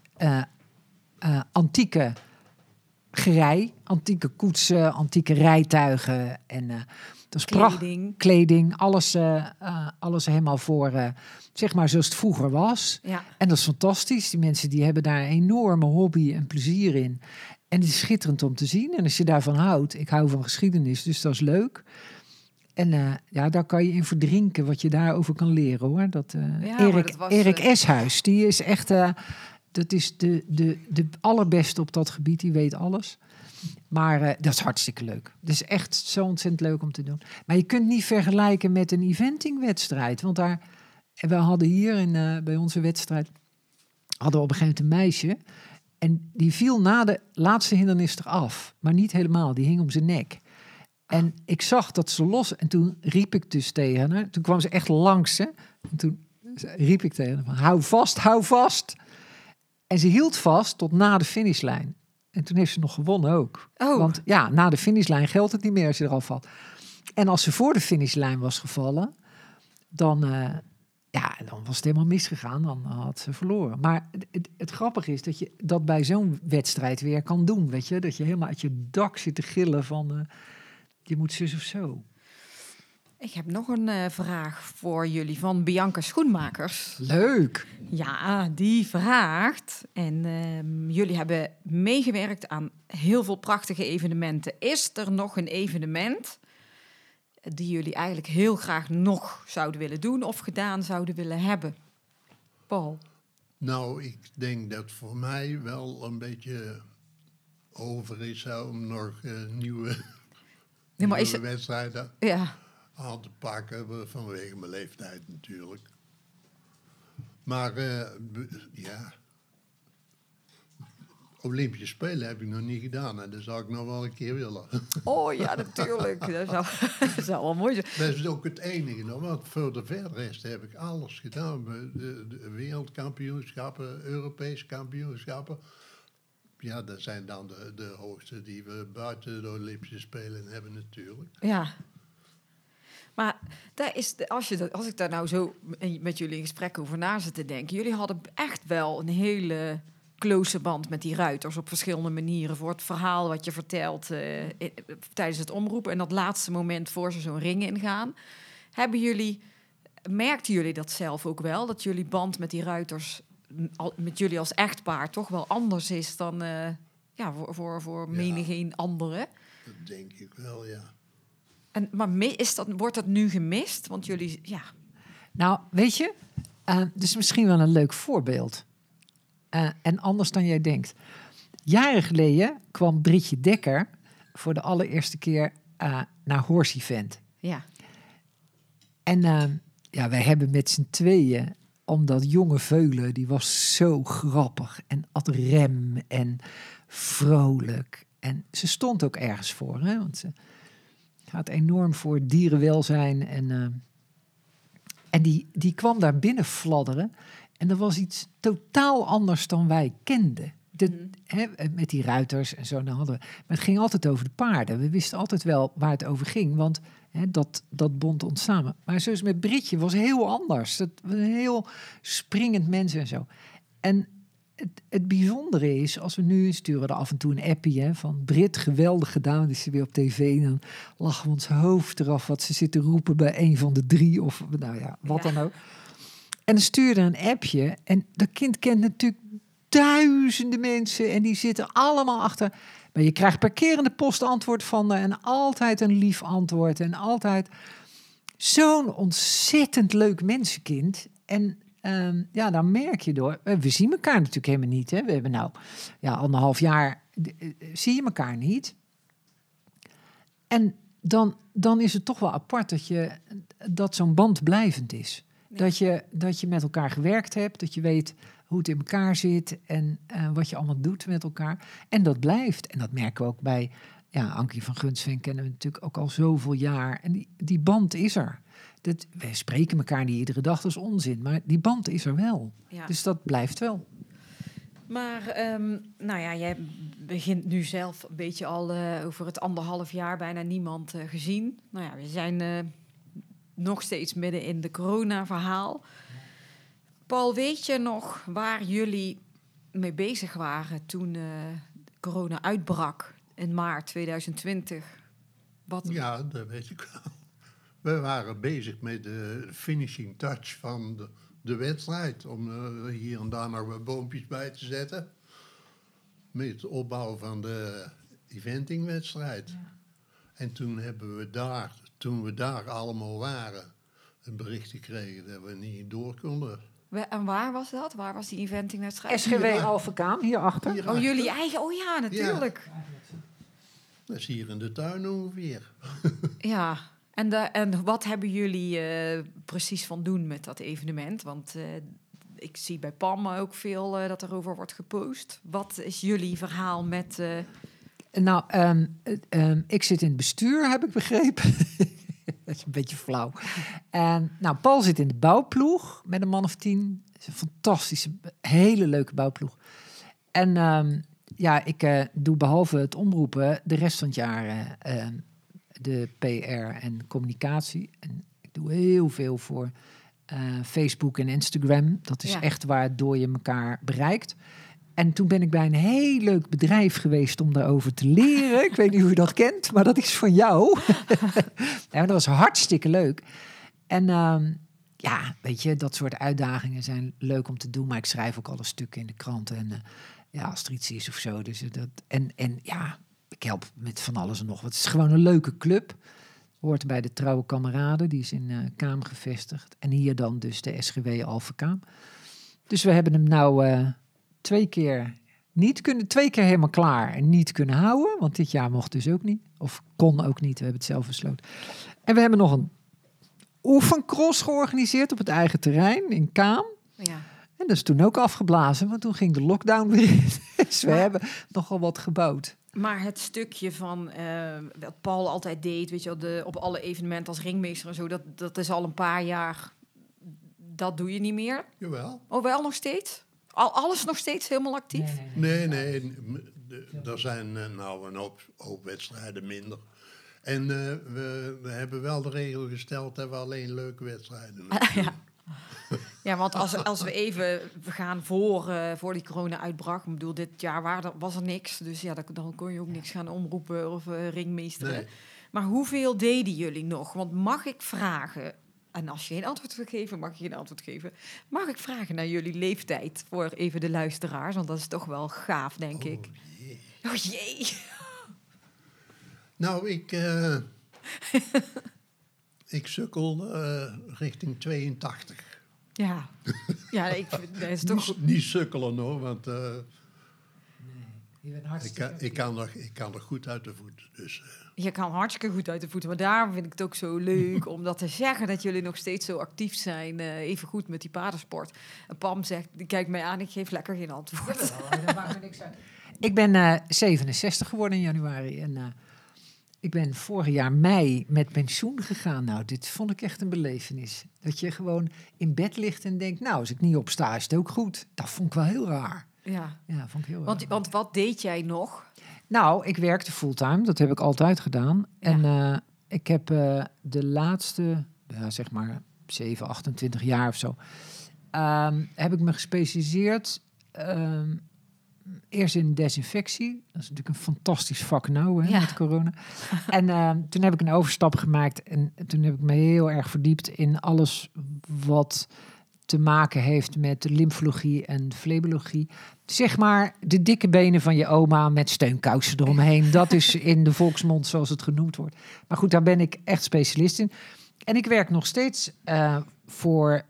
antieke gerei, antieke koetsen, antieke rijtuigen en dat is kleding, alles helemaal voor, zeg maar zoals het vroeger was. Ja. En dat is fantastisch. Die mensen die hebben daar een enorme hobby en plezier in. En het is schitterend om te zien. En als je daarvan houdt, ik hou van geschiedenis, dus dat is leuk. En daar kan je in verdrinken wat je daarover kan leren, hoor. Erik Eshuis, die is echt, dat is de allerbeste op dat gebied. Die weet alles. Maar dat is hartstikke leuk. Dat is echt zo ontzettend leuk om te doen. Maar je kunt niet vergelijken met een eventingwedstrijd. Want we hadden hier bij onze wedstrijd, hadden we op een gegeven moment een meisje. En die viel na de laatste hindernis eraf. Maar niet helemaal, die hing om zijn nek. En ik zag dat ze los. En toen riep ik dus tegen haar. Toen kwam ze echt langs. Hè? En toen riep ik tegen haar van, hou vast, hou vast. En ze hield vast tot na de finishlijn. En toen heeft ze nog gewonnen ook. Oh. Want ja, na de finishlijn geldt het niet meer als je eraf valt. En als ze voor de finishlijn was gevallen, dan was het helemaal misgegaan. Dan had ze verloren. Maar het grappige is dat je dat bij zo'n wedstrijd weer kan doen. Weet je? Dat je helemaal uit je dak zit te gillen van, je moet zus of zo. Ik heb nog een vraag voor jullie van Bianca Schoenmakers. Leuk! Ja, die vraagt. En jullie hebben meegewerkt aan heel veel prachtige evenementen. Is er nog een evenement die jullie eigenlijk heel graag nog zouden willen doen of gedaan zouden willen hebben? Paul? Nou, ik denk dat voor mij wel een beetje over is om nog nieuwe wedstrijden aan te pakken, vanwege mijn leeftijd natuurlijk. Maar Olympische Spelen heb ik nog niet gedaan en dat zou ik nog wel een keer willen. Oh ja, natuurlijk. Dat zou wel mooi zijn. Dat is ook het enige nog, want voor de rest heb ik alles gedaan. De wereldkampioenschappen, Europese kampioenschappen. Ja, dat zijn dan de hoogste die we buiten de Olympische Spelen hebben natuurlijk. Ja. Maar daar is als ik daar nou zo met jullie in gesprek over na zit te denken, jullie hadden echt wel een hele close band met die ruiters op verschillende manieren voor het verhaal wat je vertelt tijdens het omroepen en dat laatste moment voor ze zo'n ring ingaan. Merkten jullie dat zelf ook wel, dat jullie band met die ruiters, met jullie als echtpaar, toch wel anders is dan ja, voor menigeen anderen. Dat denk ik wel, ja. Maar wordt dat nu gemist? Want jullie, ja... Nou, weet je, dus misschien wel een leuk voorbeeld. En anders dan jij denkt. Jaren geleden kwam Britje Dekker voor de allereerste keer naar Horse Event. Ja. En wij hebben met z'n tweeën, omdat jonge veulen, die was zo grappig en ad rem en vrolijk. En ze stond ook ergens voor, hè? Want ze gaat enorm voor dierenwelzijn. En die kwam daar binnen fladderen. En dat was iets totaal anders dan wij kenden. Met die ruiters en zo. Maar het ging altijd over de paarden. We wisten altijd wel waar het over ging. Want dat bond ons samen. Maar zoals met Britje was heel anders. Dat was een heel springend mens en zo. En het bijzondere is, als we nu sturen er af en toe een appie van Brit, geweldig gedaan. Die is weer op tv. En dan lachen we ons hoofd eraf wat ze zitten roepen bij een van de 3. Of nou ja, wat dan ook. En dan stuurde een appje. En dat kind kent natuurlijk duizenden mensen. En die zitten allemaal achter. Maar je krijgt per keer in de post antwoord van en altijd een lief antwoord. En altijd zo'n ontzettend leuk mensenkind. En daar merk je door. We zien elkaar natuurlijk helemaal niet. Hè? We hebben 1,5 jaar zie je elkaar niet. En dan is het toch wel apart dat zo'n band blijvend is. Ja. Dat je met elkaar gewerkt hebt, dat je weet hoe het in elkaar zit en wat je allemaal doet met elkaar. En dat blijft. En dat merken we ook bij Ankie van Gunsven kennen we natuurlijk ook al zoveel jaar. En die band is er. Wij spreken elkaar niet iedere dag, dat is onzin. Maar die band is er wel. Ja. Dus dat blijft wel. Maar jij begint nu zelf een beetje al over het 1,5 jaar bijna niemand gezien. Nou ja, we zijn nog steeds midden in de corona-verhaal. Paul, weet je nog waar jullie mee bezig waren toen corona uitbrak in maart 2020? Ja, dat weet ik wel. We waren bezig met de finishing touch van de wedstrijd. Om hier en daar nog wat boompjes bij te zetten. Met het opbouwen van de eventingwedstrijd. Ja. En toen we daar allemaal waren, een bericht gekregen dat we niet door konden. En waar was dat? Waar was die eventingwedstrijd? SGW Alphenkaam, hierachter. Jullie eigen? Oh ja, natuurlijk. Ja. Dat is hier in de tuin ongeveer. Ja. En wat hebben jullie precies van doen met dat evenement? Want ik zie bij Pam ook veel dat er over wordt gepost. Wat is jullie verhaal met... ik zit in het bestuur, heb ik begrepen. Dat is een beetje flauw. Paul zit in de bouwploeg met een man of 10. Het is een fantastische, hele leuke bouwploeg. En ik doe behalve het omroepen de rest van het jaar... de PR en communicatie. En ik doe heel veel voor Facebook en Instagram. Dat is echt waardoor je elkaar bereikt. En toen ben ik bij een heel leuk bedrijf geweest om daarover te leren. Ik weet niet hoe je dat kent, maar dat is van jou. Dat was hartstikke leuk. En weet je, dat soort uitdagingen zijn leuk om te doen. Maar ik schrijf ook alle stukken in de krant. En als er iets is of zo. Dus ik help met van alles en nog wat. Het is gewoon een leuke club. Hoort bij de Trouwe Kameraden. Die is in Kaam gevestigd. En hier dan dus de SGW Alphenkaam. Dus we hebben hem 2 keer helemaal klaar en niet kunnen houden. Want dit jaar mocht dus ook niet. Of kon ook niet. We hebben het zelf besloten. En we hebben nog een oefencross georganiseerd op het eigen terrein in Kaam. Ja. En dat is toen ook afgeblazen, want toen ging de lockdown weer in. Dus we hebben nogal wat gebouwd. Maar het stukje van wat Paul altijd deed, weet je wel, op alle evenementen als ringmeester en zo, dat is al een paar jaar, dat doe je niet meer? Jawel. Oh, wel nog steeds? Alles nog steeds helemaal actief? Nee. Er zijn een hoop wedstrijden minder. En we hebben wel de regel gesteld dat we alleen leuke wedstrijden doen. Ja, want als we gaan voor die corona uitbrak, ik bedoel, dit jaar was er niks, dus dan kon je ook niks gaan omroepen of ringmeesteren. Nee. Maar hoeveel deden jullie nog? Want mag ik vragen, en als je geen antwoord wil geven, mag je geen antwoord geven, mag ik vragen naar jullie leeftijd voor even de luisteraars, want dat is toch wel gaaf, denk ik. Jee. Oh jee. Nou, ik sukkel richting 82. Ja. Ja, ik vind dat is toch... Niet sukkelen hoor, want Je bent hartstikke... ik kan er goed uit de voeten. Dus, Je kan hartstikke goed uit de voeten. Maar daarom vind ik het ook zo leuk om dat te zeggen. Dat jullie nog steeds zo actief zijn. Even goed met die paardensport. En Pam zegt, die kijkt mij aan. Ik geef lekker geen antwoord. Dat maakt me niks uit. Ik ben 67 geworden in januari. En ik ben vorig jaar mei met pensioen gegaan. Nou, dit vond ik echt een belevenis. Dat je gewoon in bed ligt en denkt... nou, als ik niet opsta, is het ook goed. Dat vond ik wel heel raar. Ja. Ja, vond ik heel raar. Want wat deed jij nog? Nou, ik werkte fulltime. Dat heb ik altijd gedaan. En ik heb de laatste, zeg maar 7, 28 jaar of zo... heb ik me gespecialiseerd... eerst in desinfectie. Dat is natuurlijk een fantastisch vak nou, hè, Ja. met corona. En toen heb ik een overstap gemaakt. En toen heb ik me heel erg verdiept in alles wat te maken heeft met de lymfologie en flebologie. Zeg maar de dikke benen van je oma met steunkousen eromheen. Dat is in de volksmond zoals het genoemd wordt. Maar goed, daar ben ik echt specialist in. En ik werk nog steeds voor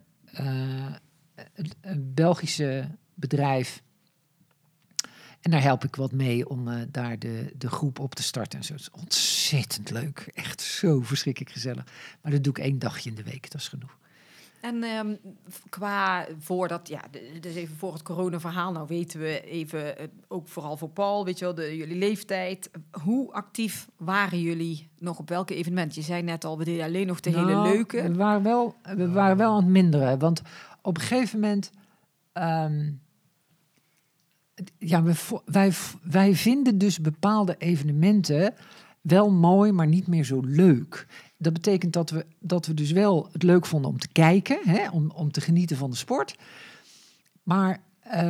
een Belgische bedrijf. En daar help ik wat mee om daar de groep op te starten. En zo. Het is ontzettend leuk. Echt zo verschrikkelijk gezellig. Maar dat doe ik 1 dagje in de week. Dat is genoeg. En qua voordat, ja, dus even voor het corona-verhaal, nou weten we even, ook vooral voor Paul, weet je wel, jullie leeftijd. Hoe actief waren jullie nog op welke evenement? Je zei net al, we deden alleen nog de hele leuke. We waren wel aan het minderen. Want op een gegeven moment... wij vinden dus bepaalde evenementen wel mooi, maar niet meer zo leuk. Dat betekent dat we dus wel het leuk vonden om te kijken, hè, om te genieten van de sport. Maar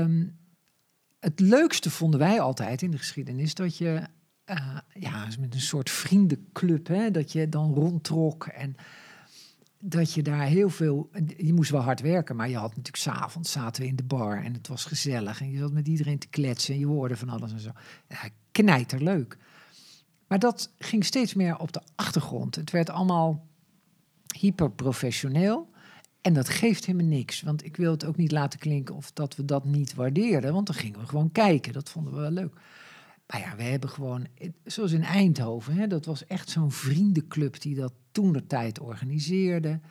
het leukste vonden wij altijd in de geschiedenis dat je met een soort vriendenclub, hè, dat je dan rondtrok en dat je daar heel veel... Je moest wel hard werken, maar je had natuurlijk 's avonds zaten we in de bar en het was gezellig. En je zat met iedereen te kletsen en je hoorde van alles en zo. Ja, knijterleuk. Maar dat ging steeds meer op de achtergrond. Het werd allemaal hyperprofessioneel. En dat geeft helemaal niks. Want ik wil het ook niet laten klinken of dat we dat niet waardeerden. Want dan gingen we gewoon kijken. Dat vonden we wel leuk. Maar ja, we hebben gewoon... Zoals in Eindhoven, hè, dat was echt zo'n vriendenclub die dat toentertijd organiseerde.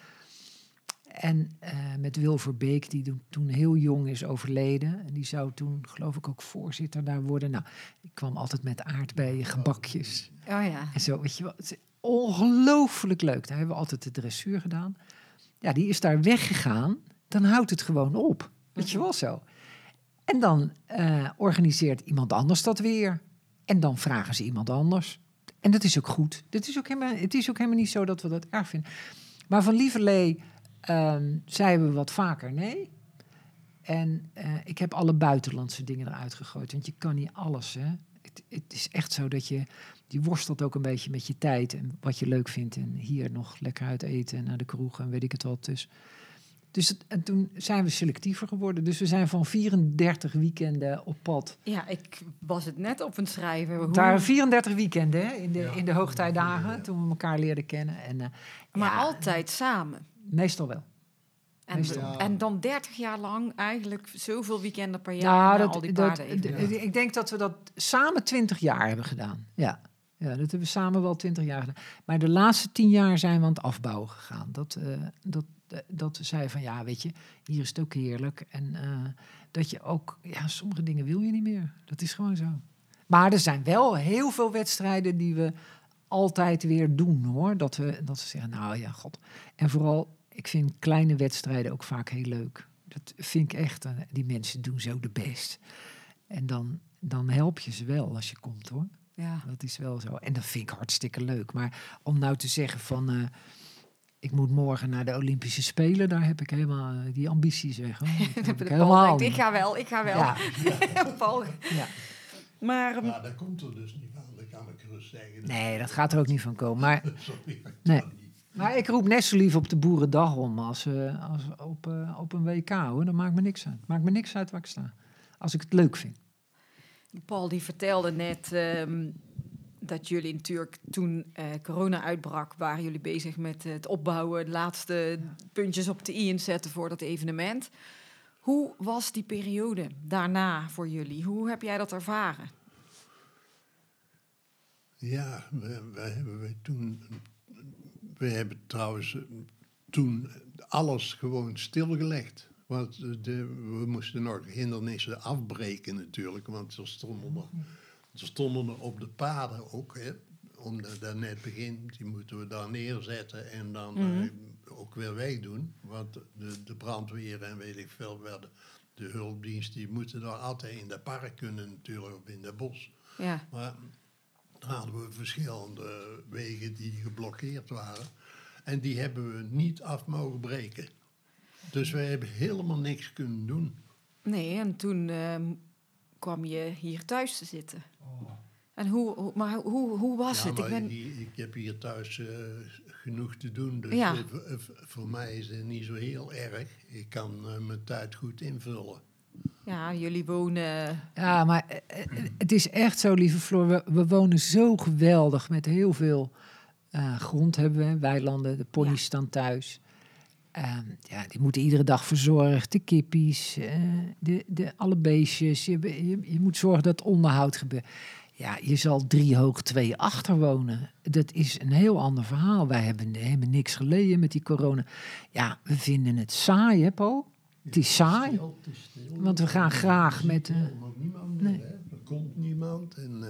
En met Wilver Beek, die toen heel jong is overleden. En die zou toen, geloof ik, ook voorzitter daar worden. Nou, ik kwam altijd met aardbeien, gebakjes. Oh ja. En zo, weet je wel. Het is ongelooflijk leuk. Daar hebben we altijd de dressuur gedaan. Ja, die is daar weggegaan. Dan houdt het gewoon op. Weet je wel zo. En dan organiseert iemand anders dat weer. En dan vragen ze iemand anders. En dat is ook goed. Het is ook helemaal niet zo dat we dat erg vinden. Maar van lieverlee zeiden we wat vaker nee. En ik heb alle buitenlandse dingen eruit gegooid. Want je kan niet alles, hè. Het is echt zo dat je worstelt ook een beetje met je tijd en wat je leuk vindt. En hier nog lekker uit eten en naar de kroeg en weet ik het wat. En toen zijn we selectiever geworden. Dus we zijn van 34 weekenden op pad. Ja, ik was het net op een schrijven. Het waren 34 weekenden, hè, in de hoogtijdagen, toen we elkaar leerden kennen. En, Maar altijd samen. Meestal wel. En dan 30 jaar lang eigenlijk zoveel weekenden per jaar. Nou, al die paarden. ik denk dat we dat samen 20 jaar hebben gedaan. Ja, dat hebben we samen wel 20 jaar gedaan. Maar de laatste 10 jaar zijn we aan het afbouwen gegaan. Dat we zeiden van, ja, weet je, hier is het ook heerlijk. En dat je ook, sommige dingen wil je niet meer. Dat is gewoon zo. Maar er zijn wel heel veel wedstrijden die we altijd weer doen, hoor. Dat we zeggen, nou ja, god. En vooral, ik vind kleine wedstrijden ook vaak heel leuk. Dat vind ik echt, die mensen doen zo de best. En dan help je ze wel als je komt, hoor. Ja. Dat is wel zo. En dat vind ik hartstikke leuk. Maar om nou te zeggen van... ik moet morgen naar de Olympische Spelen. Daar heb ik helemaal die ambities weg. Ik ga wel. Ja. Paul. Ja. Maar, dat komt er dus niet van. Dat kan ik gerust zeggen. Nee, dat gaat er ook niet van komen. Maar, Sorry, nee. Maar ik roep net zo lief op de Boerendag om als op een WK, hoor. Dat maakt me niks uit. Maakt me niks uit waar ik sta. Als ik het leuk vind. Paul die vertelde net dat jullie natuurlijk toen corona uitbrak, waren jullie bezig met het opbouwen, de laatste puntjes op de i inzetten voor dat evenement. Hoe was die periode daarna voor jullie? Hoe heb jij dat ervaren? Ja, we hebben trouwens toen alles gewoon stilgelegd. Want we moesten nog hindernissen afbreken natuurlijk. Want er stonden er op de paden ook, hè, om dat net begin, die moeten we daar neerzetten en dan ook weer wegdoen. Want de brandweer en weet ik veel, de hulpdienst, die moeten daar altijd in dat park kunnen natuurlijk, of in dat bos. Ja. Maar dan hadden we verschillende wegen die geblokkeerd waren. En die hebben we niet af mogen breken. Dus we hebben helemaal niks kunnen doen. Nee, en toen kwam je hier thuis te zitten. En hoe was het? Ik heb hier thuis genoeg te doen. Dus Ja. Voor mij is het niet zo heel erg. Ik kan mijn tijd goed invullen. Ja, jullie wonen... Ja, maar het is echt zo, lieve Floor. We wonen zo geweldig met heel veel grond hebben we. Weilanden, de ponies staan thuis. Die moeten iedere dag verzorgd. De kippies, alle beestjes. Je moet zorgen dat onderhoud gebeurt. Ja, je zal 3 hoog 2 achter wonen. Dat is een heel ander verhaal. Wij hebben helemaal niks geleden met die corona. Ja, we vinden het saai, hè, Paul? Het is saai. Het is stil. Want we gaan graag met... Helemaal niemand meer, nee. hè? Er komt niemand. En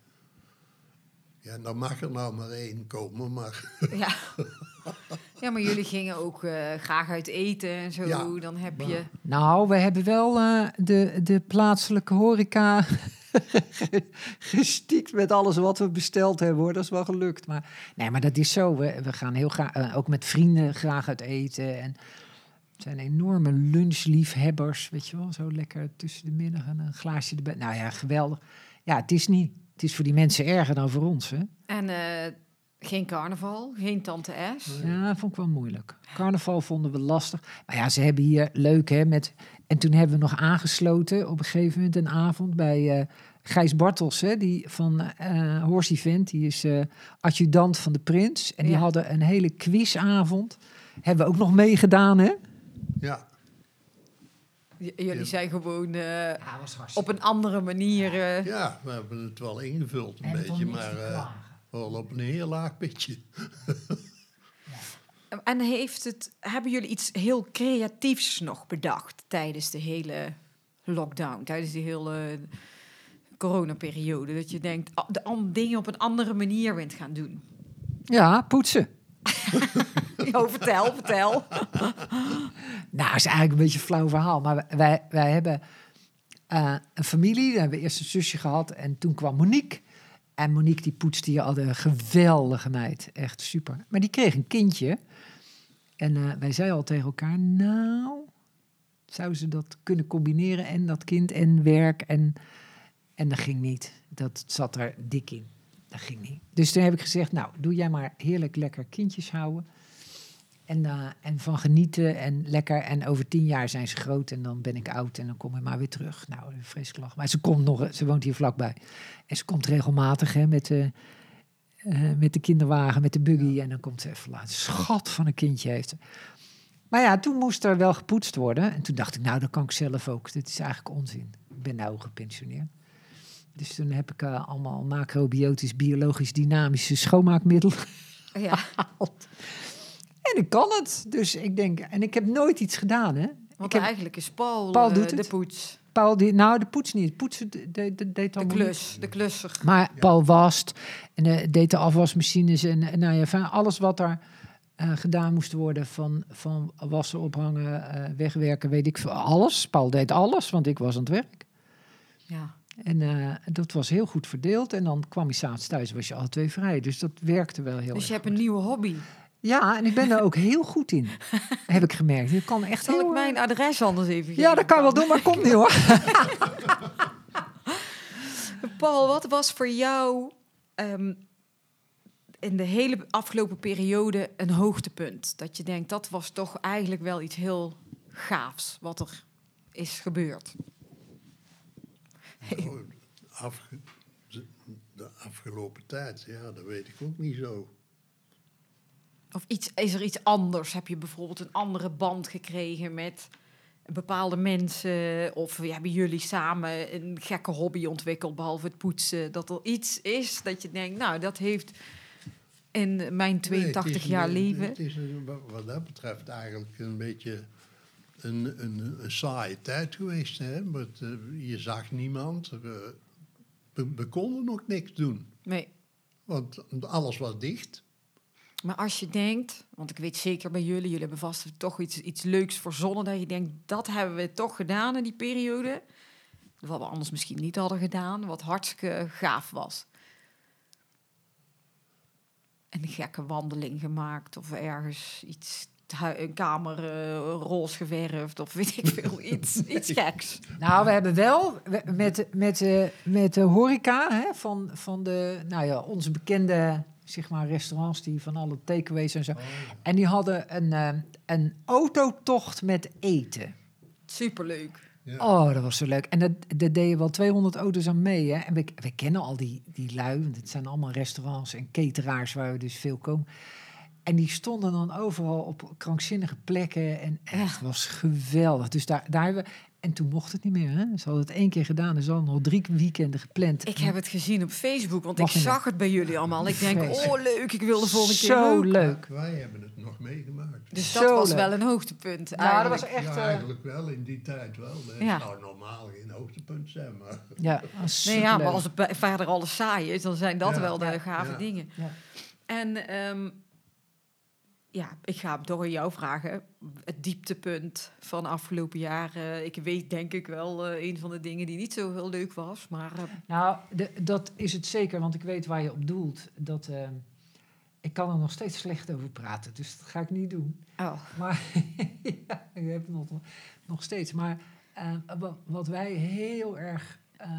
dan mag er nou maar 1 komen, maar... Ja. Ja, maar jullie gingen ook graag uit eten en zo. Ja, Dan heb maar- je... Nou, we hebben wel de plaatselijke horeca gestiekt met alles wat we besteld hebben, hoor. Dat is wel gelukt. Maar dat is zo. We gaan heel graag, ook met vrienden graag uit eten. En het zijn enorme lunchliefhebbers, weet je wel. Zo lekker tussen de middag en een glaasje erbij. Nou ja, geweldig. Ja, het is niet. Het is voor die mensen erger dan voor ons, hè. En geen carnaval, geen Tante S. Ja, dat vond ik wel moeilijk. Carnaval vonden we lastig. Maar ja, ze hebben hier leuk, hè. En toen hebben we nog aangesloten op een gegeven moment een avond bij Gijs Bartels, hè, die van Horse Event. Die is adjudant van de Prins. En die Ja. hadden een hele quizavond. Hebben we ook nog meegedaan, hè? Ja, Jullie zijn gewoon was op een andere manier... ja, we hebben het wel ingevuld een En beetje, toch niks maar te klagen. wel op een heel laag pitje. En hebben jullie iets heel creatiefs nog bedacht tijdens de hele lockdown, tijdens die hele coronaperiode? Dat je denkt, dingen op een andere manier bent gaan doen. Ja, poetsen. Oh, vertel. Nou, is eigenlijk een beetje een flauw verhaal. Maar wij hebben een familie. We hebben eerst een zusje gehad en toen kwam Monique. En Monique die poetste hier al een geweldige meid. Echt super. Maar die kreeg een kindje. En wij zeiden al tegen elkaar, nou, zou ze dat kunnen combineren en dat kind en werk? En dat ging niet. Dat zat er dik in. Dat ging niet. Dus toen heb ik gezegd, nou, doe jij maar heerlijk lekker kindjes houden. En van genieten en lekker. En over 10 jaar zijn ze groot en dan ben ik oud en dan kom ik maar weer terug. Nou, vreselijk lachen. Maar ze woont hier vlakbij. En ze komt regelmatig met de kinderwagen, met de buggy. En dan komt ze even laten. Schat van een kindje heeft ze. Maar ja, toen moest er wel gepoetst worden. En toen dacht ik, nou, dat kan ik zelf ook. Dit is eigenlijk onzin. Ik ben nou gepensioneerd. Dus toen heb ik allemaal macrobiotisch, biologisch, dynamische schoonmaakmiddelen Ja. gehaald. En ik kan het. Dus ik denk, en ik heb nooit iets gedaan, hè. Want Ik heb, eigenlijk is Paul, Paul doet de het. poets, Paul, de poets niet. Poetsen deed de allemaal klus, de klusser. Maar Paul wast en deed de afwasmachines en nou ja, van alles wat er gedaan moest worden van wassen, ophangen, wegwerken, weet ik veel. Alles. Paul deed alles, want ik was aan het werk. Ja. En dat was heel goed verdeeld. En dan kwam je 's avonds thuis, was je alle 2 vrij. Dus dat werkte wel heel Dus je erg hebt een nieuwe hobby. Ja, en ik ben daar ook heel goed in. Heb ik gemerkt. Je kan echt Zal heel... ik mijn adres anders even geven? Ja, dat kan je wel doen, maar komt niet hoor. Paul, wat was voor jou in de hele afgelopen periode een hoogtepunt? Dat je denkt, dat was toch eigenlijk wel iets heel gaafs wat er is gebeurd. Nou, de afgelopen tijd, ja, dat weet ik ook niet zo. Of is er iets anders? Heb je bijvoorbeeld een andere band gekregen met bepaalde mensen? Of hebben jullie samen een gekke hobby ontwikkeld, behalve het poetsen? Dat er iets is dat je denkt, nou, dat heeft in mijn 82 jaar leven... Het is wat dat betreft eigenlijk een beetje een saaie tijd geweest. Hè? Want, je zag niemand. We konden nog niks doen. Nee. Want alles was dicht. Maar als je denkt, want ik weet zeker bij jullie hebben vast toch iets leuks verzonnen, dat je denkt, dat hebben we toch gedaan in die periode. Wat we anders misschien niet hadden gedaan, wat hartstikke gaaf was. Een gekke wandeling gemaakt of ergens een kamer roze geverfd of weet ik veel, iets geks. Nou, we hebben wel met de horeca van de, onze bekende zeg maar restaurants die van alle takeaways en zo. En die hadden een autotocht met eten. Superleuk. Ja. Oh, dat was zo leuk. En daar deden wel 200 auto's aan mee. Hè? En we kennen al die lui, want het zijn allemaal restaurants en cateraars waar we dus veel komen. En die stonden dan overal op krankzinnige plekken. En het was geweldig. Dus daar hebben we... En toen mocht het niet meer. Hè? Ze hadden het 1 keer gedaan en ze hadden nog 3 weekenden gepland. Ik heb het gezien op Facebook, want ik zag het bij jullie allemaal. Ik denk, leuk, ik wil de volgende keer zo ook. leuk. Wij hebben het nog meegemaakt. Dus Zo dat was leuk. wel een hoogtepunt. Ja, dat was eigenlijk. echt... Ja, eigenlijk wel, in die tijd wel. Het zou normaal geen hoogtepunt zijn, maar... Ja, was Nee, ja, maar superleuk. als het verder alles saai is, dan zijn dat Ja. wel de Ja. gave Ja. dingen. Ja. En ik ga hem toch aan jou vragen. Het dieptepunt van afgelopen jaar. Ik weet denk ik wel een van de dingen die niet zo heel leuk was. Maar Nou, dat is het zeker, want ik weet waar je op doelt. Ik kan er nog steeds slecht over praten, dus dat ga ik niet doen. Maar ja, ik heb het nog steeds. Maar wat wij heel erg...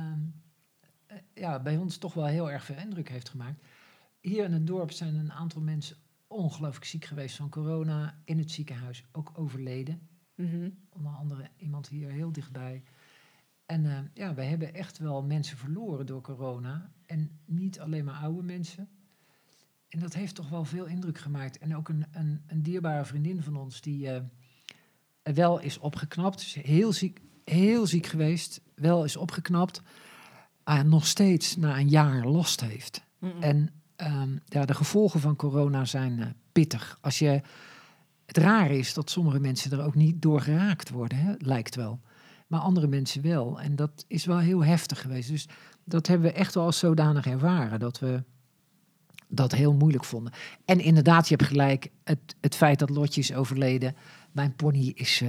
bij ons toch wel heel erg veel indruk heeft gemaakt. Hier in het dorp zijn een aantal mensen ongelooflijk ziek geweest van corona. In het ziekenhuis ook overleden. Onder andere iemand hier heel dichtbij. En we hebben echt wel mensen verloren door corona. En niet alleen maar oude mensen. En dat heeft toch wel veel indruk gemaakt. En ook een dierbare vriendin van ons die wel is opgeknapt. Dus heel ziek geweest. Wel is opgeknapt. Nog steeds na een jaar last heeft. En de gevolgen van corona zijn pittig. Het rare is dat sommige mensen er ook niet door geraakt worden. Hè? Lijkt wel. Maar andere mensen wel. En dat is wel heel heftig geweest. Dus dat hebben we echt wel als zodanig ervaren. Dat we dat heel moeilijk vonden. En inderdaad, je hebt gelijk. Het feit dat Lotje is overleden. Mijn pony is...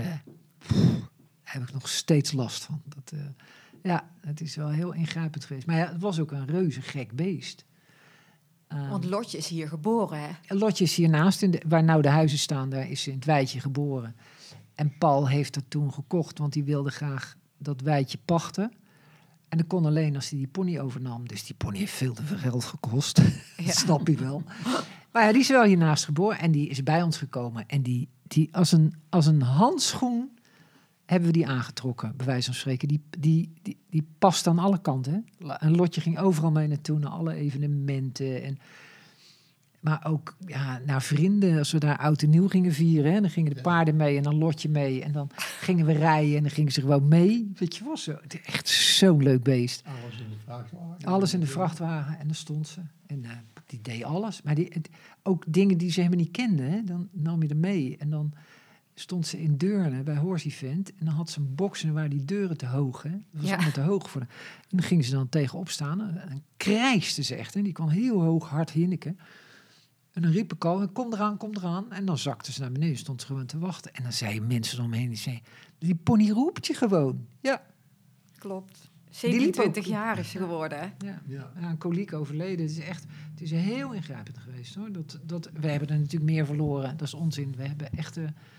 heb ik nog steeds last van. Het is wel heel ingrijpend geweest. Maar ja, het was ook een reuze gek beest. want Lotje is hier geboren, hè? Lotje is hiernaast, waar nou de huizen staan, daar is ze in het weidje geboren. En Paul heeft het toen gekocht, want die wilde graag dat weidje pachten. En dat kon alleen als hij die pony overnam. Dus die pony heeft veel te veel geld gekost. Dat snap je wel. Maar ja, die is wel hiernaast geboren en die is bij ons gekomen. En die als een handschoen hebben we die aangetrokken, bij wijze van spreken. Die past aan alle kanten. Hè? En Lotje ging overal mee naartoe, naar alle evenementen. Maar ook naar vrienden, als we daar oud en nieuw gingen vieren. Hè? Dan gingen de paarden mee en dan Lotje mee. En dan gingen we rijden en dan gingen ze gewoon mee. Weet je, was zo. Echt zo'n leuk beest. Alles in de vrachtwagen. Alles in de vrachtwagen en dan stond ze. En die deed alles. Maar ook dingen die ze helemaal niet kende, hè? Dan nam je er mee. En dan stond ze in Deurne bij Horse Event. En dan had ze een box en dan waren die deuren te hoog. Hè? Dat was allemaal te hoog voor haar. En dan gingen ze dan tegenop staan. En krijste ze echt. Hè? Die kon heel hoog hard hinniken. En dan riep ik al, kom eraan, kom eraan. En dan zakte ze naar beneden, stond ze gewoon te wachten. En dan zeiden mensen omheen, die zeiden, die pony roept je gewoon. Ja. Klopt. Die liep 27 ook. jaar is ze geworden, hè? Ja. Ja. Een koliek overleden. Het is heel ingrijpend geweest, hoor. We hebben er natuurlijk meer verloren. Dat is onzin. We hebben echt...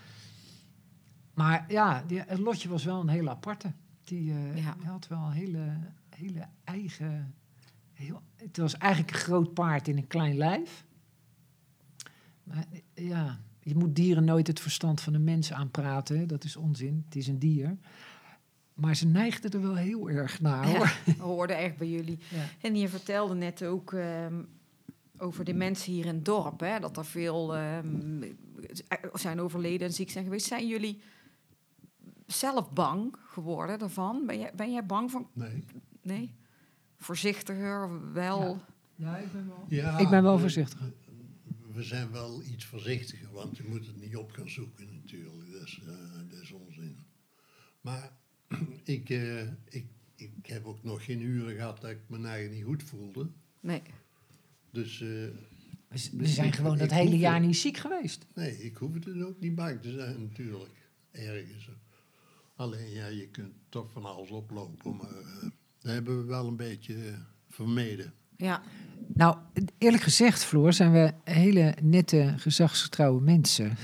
Maar ja, het Lotje was wel een hele aparte. Die had wel een hele eigen... Het was eigenlijk een groot paard in een klein lijf. Maar ja, je moet dieren nooit het verstand van een mens aanpraten. Hè? Dat is onzin. Het is een dier. Maar ze neigden er wel heel erg naar, Ja, hoor. hoorde echt bij jullie. Ja. En je vertelde net ook over de mensen hier in het dorp, hè, dat er veel zijn overleden en ziek zijn geweest. Zijn jullie zelf bang geworden daarvan? Ben jij bang van? Nee. Nee? Voorzichtiger, wel? Ja, ik ben wel... Ja, Ik ben wel voorzichtig. We zijn wel iets voorzichtiger, want je moet het niet op gaan zoeken natuurlijk. Dat is onzin. Maar ik heb ook nog geen uren gehad dat ik me eigenlijk niet goed voelde. Nee. Dus We zijn gewoon ik dat hele hoef jaar het- niet ziek geweest. nee, ik hoef het er ook niet bang te zijn natuurlijk. Ergens. Alleen ja, je kunt toch van alles oplopen, maar dat hebben we wel een beetje vermeden. Ja. Nou, eerlijk gezegd, Floor, zijn we hele nette, gezagsgetrouwe mensen.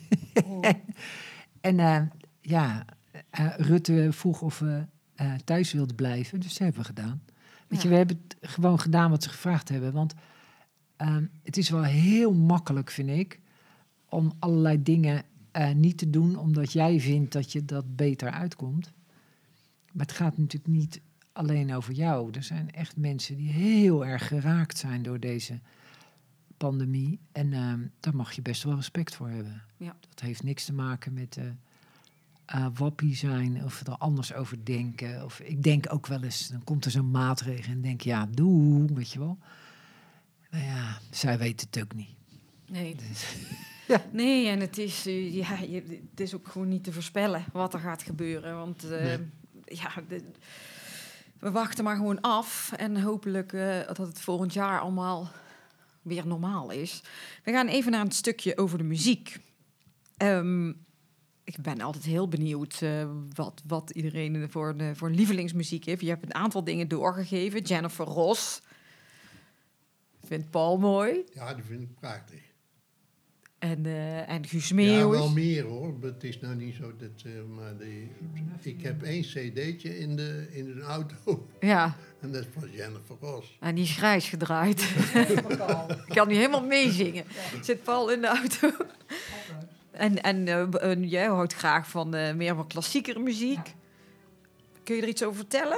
En Rutte vroeg of we thuis wilden blijven, dus dat hebben we gedaan. Weet je, we hebben het gewoon gedaan wat ze gevraagd hebben. Want het is wel heel makkelijk, vind ik, om allerlei dingen niet te doen omdat jij vindt dat je dat beter uitkomt. Maar het gaat natuurlijk niet alleen over jou. Er zijn echt mensen die heel erg geraakt zijn door deze pandemie. En daar mag je best wel respect voor hebben. Ja. Dat heeft niks te maken met wappie zijn of er anders over denken. Of ik denk ook wel eens, dan komt er zo'n maatregel en denk ja, doe, weet je wel. Nou ja, zij weten het ook niet. Nee. Ja. Nee, en het is, het is ook gewoon niet te voorspellen wat er gaat gebeuren. Want we wachten maar gewoon af. En hopelijk dat het volgend jaar allemaal weer normaal is. We gaan even naar een stukje over de muziek. Ik ben altijd heel benieuwd wat iedereen voor lievelingsmuziek heeft. Je hebt een aantal dingen doorgegeven. Jennifer Ross. Vindt Paul mooi. Ja, die vind ik prachtig. En Guus Ja, Meeuwis. wel meer hoor. Maar het is nou niet zo dat... maar ik heb 1 cd'tje in de auto. Ja, En dat is van Jennifer Ross. en die is grijs gedraaid. Ik kan niet helemaal meezingen. Zit Paul in de auto. En jij houdt graag van meer van klassiekere muziek. Kun je er iets over vertellen?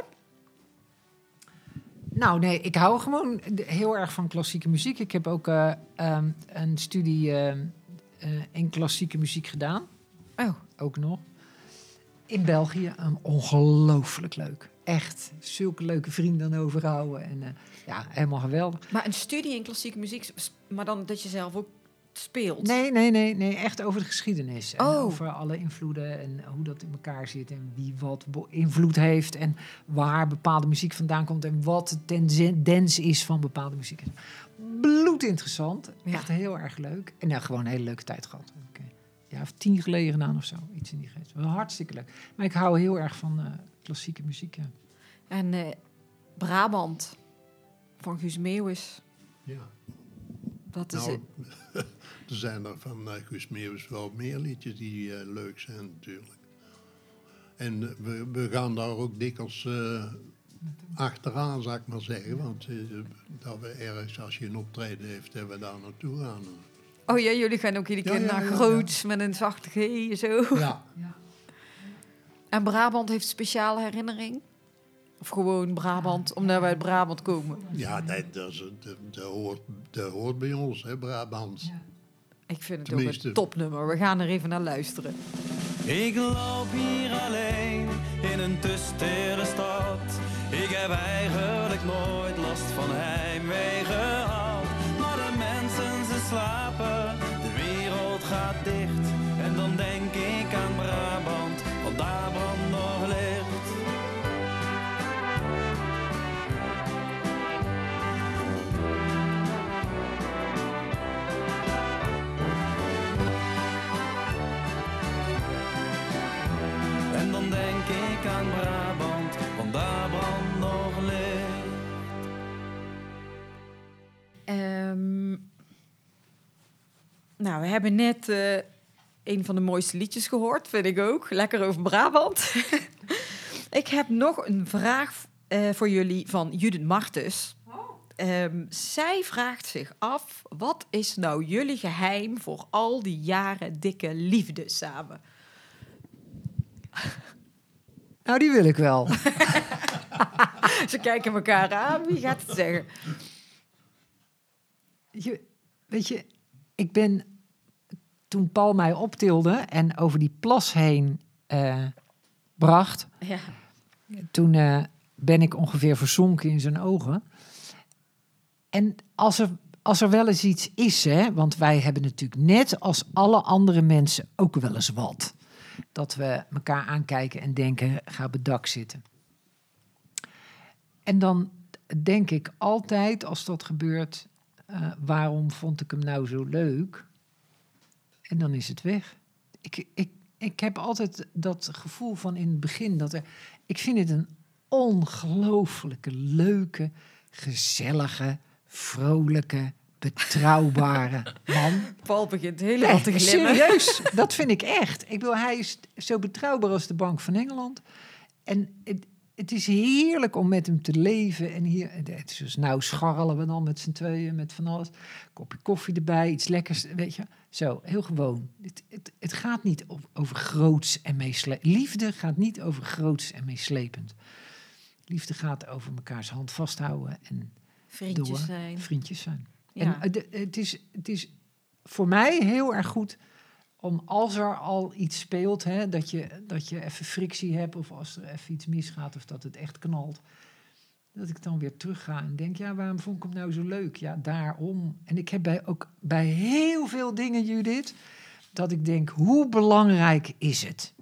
Nou, nee, ik hou gewoon heel erg van klassieke muziek. Ik heb ook een studie in klassieke muziek gedaan. Oh, Ook nog. In België. Ongelooflijk leuk. Echt. Zulke leuke vrienden aan overhouden. En ja, helemaal geweldig. maar een studie in klassieke muziek, maar dan dat je zelf ook speelt. Nee. Echt over de geschiedenis. En Oh. over alle invloeden en hoe dat in elkaar zit. En wie wat invloed heeft. En waar bepaalde muziek vandaan komt. En wat de tendens is van bepaalde muziek. Bloedinteressant. Ja. Echt heel erg leuk. En gewoon een hele leuke tijd gehad. Ja, of 10 geleden gedaan of zo. Iets in die geest. Wel hartstikke leuk. Maar ik hou heel erg van klassieke muziek, ja. En Brabant van Guus Meeuwis. Ja. Dat is Nou, het. er zijn er van Guus Meeuwis wel meer liedjes die leuk zijn natuurlijk. En we gaan daar ook dikwijls achteraan, zou ik maar zeggen. Want dat we ergens, als je een optreden heeft, hebben we daar naartoe gaan. Oh ja, jullie gaan ook iedere keer Ja, ja, naar ja, Groots met een zachte G zo. Ja, En Brabant heeft speciale herinnering? Of gewoon Brabant, omdat wij uit Brabant komen? ja dat hoort bij ons, hè, Brabant. Ik vind het Tenminste. ook een topnummer. We gaan er even naar luisteren. Ik loop hier alleen in een tustere stad. Ik heb eigenlijk nooit last van heimwee gehad. Maar de mensen, ze slapen, de wereld gaat dicht. En dan denk ik aan Brabant, want daar brandt nog licht. En dan denk ik aan Brabant, want daar brandt nog licht. Nou, we hebben net een van de mooiste liedjes gehoord, vind ik ook. Lekker over Brabant. Ik heb nog een vraag voor jullie van Judith Martens. Zij vraagt zich af, wat is nou jullie geheim voor al die jaren dikke liefde samen? Nou, die wil ik wel. Ze kijken elkaar aan. Wie gaat het zeggen? Weet je, ik ben... Toen Paul mij optilde en over die plas heen bracht... Ja. Toen ben ik ongeveer verzonken in zijn ogen. En als er wel eens iets is, hè, want wij hebben natuurlijk net als alle andere mensen ook wel eens wat. Dat we elkaar aankijken en denken, ga op het dak zitten. En dan denk ik altijd, als dat gebeurt, waarom vond ik hem nou zo leuk? En dan is het weg. Ik heb altijd dat gevoel van in het begin dat ik vind het een ongelooflijke, leuke, gezellige, vrolijke, betrouwbare man. Paul begint helemaal te glimmen. Serieus, dat vind ik echt. Ik bedoel, hij is zo betrouwbaar als de Bank van Engeland. En het is heerlijk om met hem te leven. En hier, het is dus nou scharrelen we dan met z'n tweeën, met van alles. Kopje koffie erbij, iets lekkers, weet je. Zo, heel gewoon. Het gaat niet over groots en meeslepend. Liefde gaat niet over groots en meeslepend. Liefde gaat over mekaars hand vasthouden en vriendjes zijn. Ja. En het is voor mij heel erg goed om als er al iets speelt, hè, dat je even frictie hebt of als er even iets misgaat of dat het echt knalt, dat ik dan weer terug ga en denk, ja, waarom vond ik hem nou zo leuk? Ja, daarom. En ik heb bij heel veel dingen, Judith, dat ik denk, hoe belangrijk is het?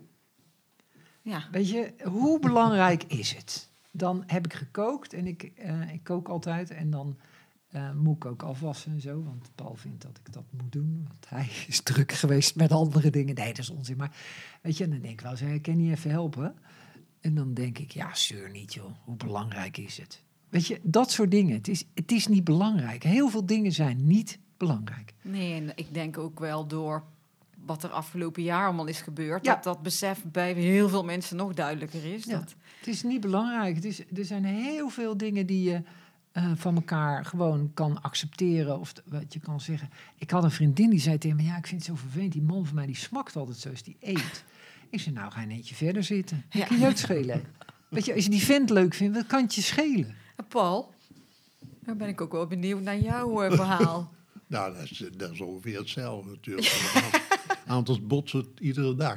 Ja. Weet je, hoe belangrijk is het? Dan heb ik gekookt en ik kook altijd en dan moet ik ook afwassen en zo, want Paul vindt dat ik dat moet doen, want hij is druk geweest met andere dingen. Nee, dat is onzin, maar weet je, en dan denk ik wel eens, kan je niet even helpen? En dan denk ik, ja, zeur niet joh, hoe belangrijk is het? Weet je, dat soort dingen, het is niet belangrijk. Heel veel dingen zijn niet belangrijk. Nee, en ik denk ook wel door wat er afgelopen jaar allemaal is gebeurd, Ja. dat besef bij heel veel mensen nog duidelijker is. Ja. Dat, Het is niet belangrijk. Er zijn heel veel dingen die je van elkaar gewoon kan accepteren. Of wat je kan zeggen. Ik had een vriendin die zei tegen me, ja, ik vind het zo vervelend. Die man van mij die smakt altijd zo als die eet. Ik zei, nou, ga een eentje verder zitten. Ja. Kan je het schelen? Weet je, als je die vent leuk vindt, wat kan het je schelen? Paul, dan ben ik ook wel benieuwd naar jouw verhaal. Nou, dat is ongeveer hetzelfde natuurlijk. Aantal botsen iedere dag.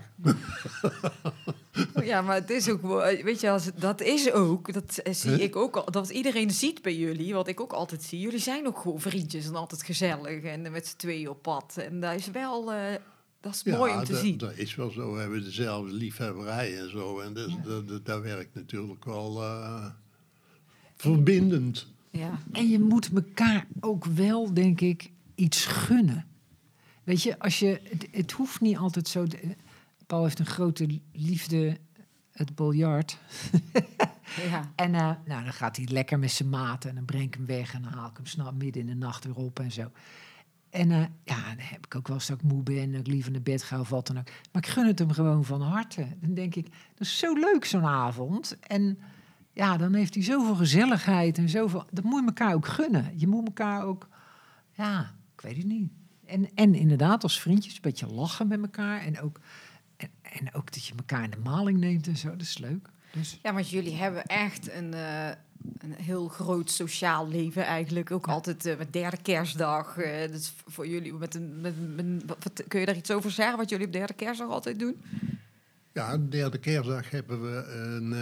Ja, maar het is ook, weet je, dat is ook, dat zie ik ook al, dat iedereen ziet bij jullie, wat ik ook altijd zie. Jullie zijn ook gewoon vriendjes en altijd gezellig en met z'n tweeën op pad. En dat is wel, dat is mooi om te zien. Dat is wel zo. We hebben dezelfde liefhebberij en zo. En dat werkt natuurlijk wel verbindend. Ja. En je moet elkaar ook wel, denk ik, iets gunnen. Weet je, het hoeft niet altijd zo... Paul heeft een grote liefde, het biljart. Ja. En nou, dan gaat hij lekker met zijn maten en dan breng ik hem weg en dan haal ik hem snel midden in de nacht weer op en zo. En ja, dan heb ik ook wel eens dat ik moe ben en dat ik liever naar bed ga of wat dan ook. Maar ik gun het hem gewoon van harte. Dan denk ik, dat is zo leuk zo'n avond. En ja, dan heeft hij zoveel gezelligheid en zoveel... Dat moet je elkaar ook gunnen. Je moet elkaar ook... Ja, ik weet het niet. En inderdaad, als vriendjes een beetje lachen met elkaar. En ook dat je elkaar in de maling neemt en zo. Dat is leuk. Dus, Ja, want jullie hebben echt een heel groot sociaal leven eigenlijk. Ook altijd met derde kerstdag. Dus voor jullie kun je daar iets over zeggen wat jullie op derde kerstdag altijd doen? Ja, de derde kerstdag hebben we een...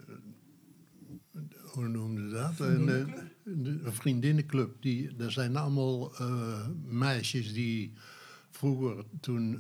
hoe noemde dat? Een vriendinnenclub. Er zijn allemaal meisjes die vroeger toen...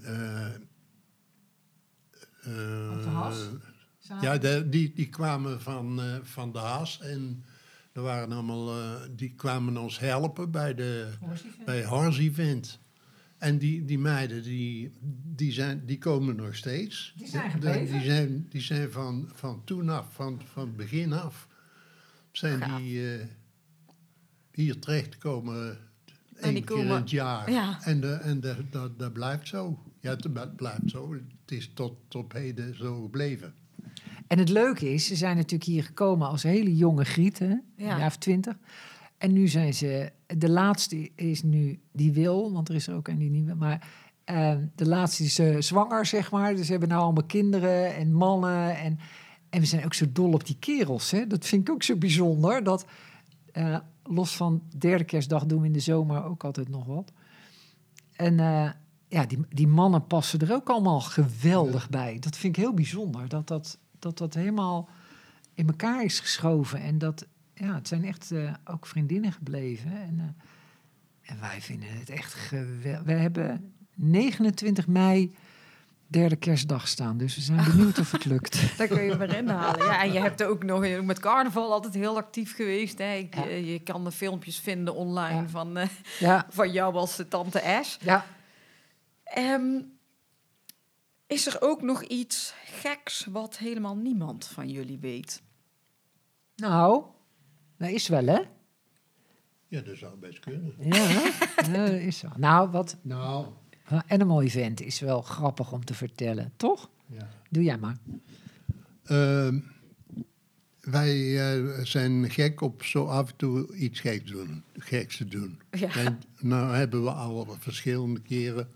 Op de Has? Ja, die kwamen van de Has. En er waren allemaal... die kwamen ons helpen bij Horse Event. En die meiden, die komen nog steeds. Die zijn gebleven? Die zijn van toen af, van het begin af... zijn die hier terechtgekomen één keer in het jaar. Ja. En dat blijft zo. Ja, het blijft zo. Het is tot op heden zo gebleven. En het leuke is, ze zijn natuurlijk hier gekomen als hele jonge grieten. Een jaar of 20. En nu zijn ze... De laatste is nu, die wil, want er is er ook een die niet wil. Maar de laatste is zwanger, zeg maar. Dus ze hebben nou allemaal kinderen en mannen. En we zijn ook zo dol op die kerels. Hè? Dat vind ik ook zo bijzonder. Dat los van derde kerstdag doen we in de zomer ook altijd nog wat. En die mannen passen er ook allemaal geweldig bij. Dat vind ik heel bijzonder. Dat helemaal in elkaar is geschoven. En het zijn echt ook vriendinnen gebleven. En wij vinden het echt geweldig. We hebben 29 mei... derde kerstdag staan, dus we zijn benieuwd of het lukt. Daar kun je weer inhalen. Ja, en je hebt ook nog met carnaval altijd heel actief geweest. Hè? Je kan de filmpjes vinden online van jou als tante Ash. Ja. Is er ook nog iets geks wat helemaal niemand van jullie weet? Nou, dat is wel, hè? Ja, dat zou best kunnen. Ja, dat is wel. Nou, Nou, Animal Event is wel grappig om te vertellen, toch? ja. Doe jij maar. Wij zijn gek op zo af en toe iets geks te doen. Ja. En nou hebben we al verschillende keren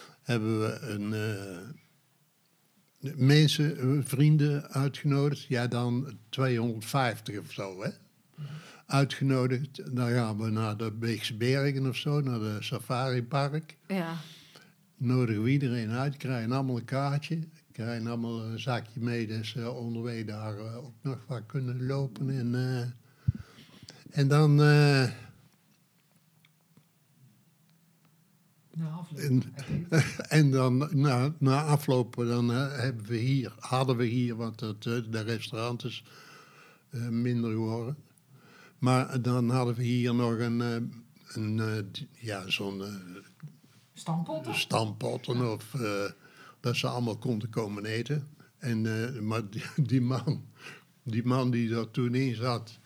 vrienden uitgenodigd. Ja, dan 250 of zo, hè. Uitgenodigd. Dan gaan we naar de Beekse Bergen of zo, naar de safaripark. Ja. Nodigen we iedereen uit, krijgen allemaal een kaartje. Krijgen allemaal een zakje mee, dus ze onderweg daar ook nog wat kunnen lopen. En dan... En dan na aflopen dan hadden we hier, want de restaurant is minder geworden. Maar dan hadden we hier nog zo'n stampotten of dat ze allemaal konden komen eten. Maar die man die daar toen in zat,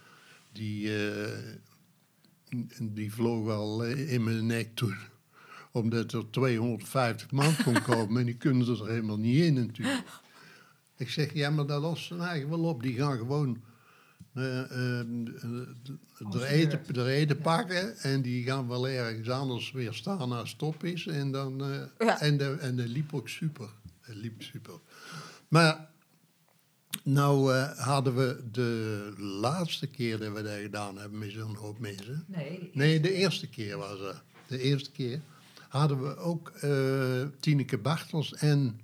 die vloog al in mijn nek toen. Omdat er 250 man kon komen en die kunnen er helemaal niet in natuurlijk. Ik zeg, ja, maar dat lost ze eigenlijk wel op. Die gaan gewoon er eten pakken en die gaan wel ergens anders weer staan als het op is. En dat liep ook super. Het liep super. Maar nou hadden we de laatste keer dat we dat gedaan hebben met zo'n hoop mensen. Nee, de eerste keer was dat. De eerste keer hadden we ook Tineke Bartels en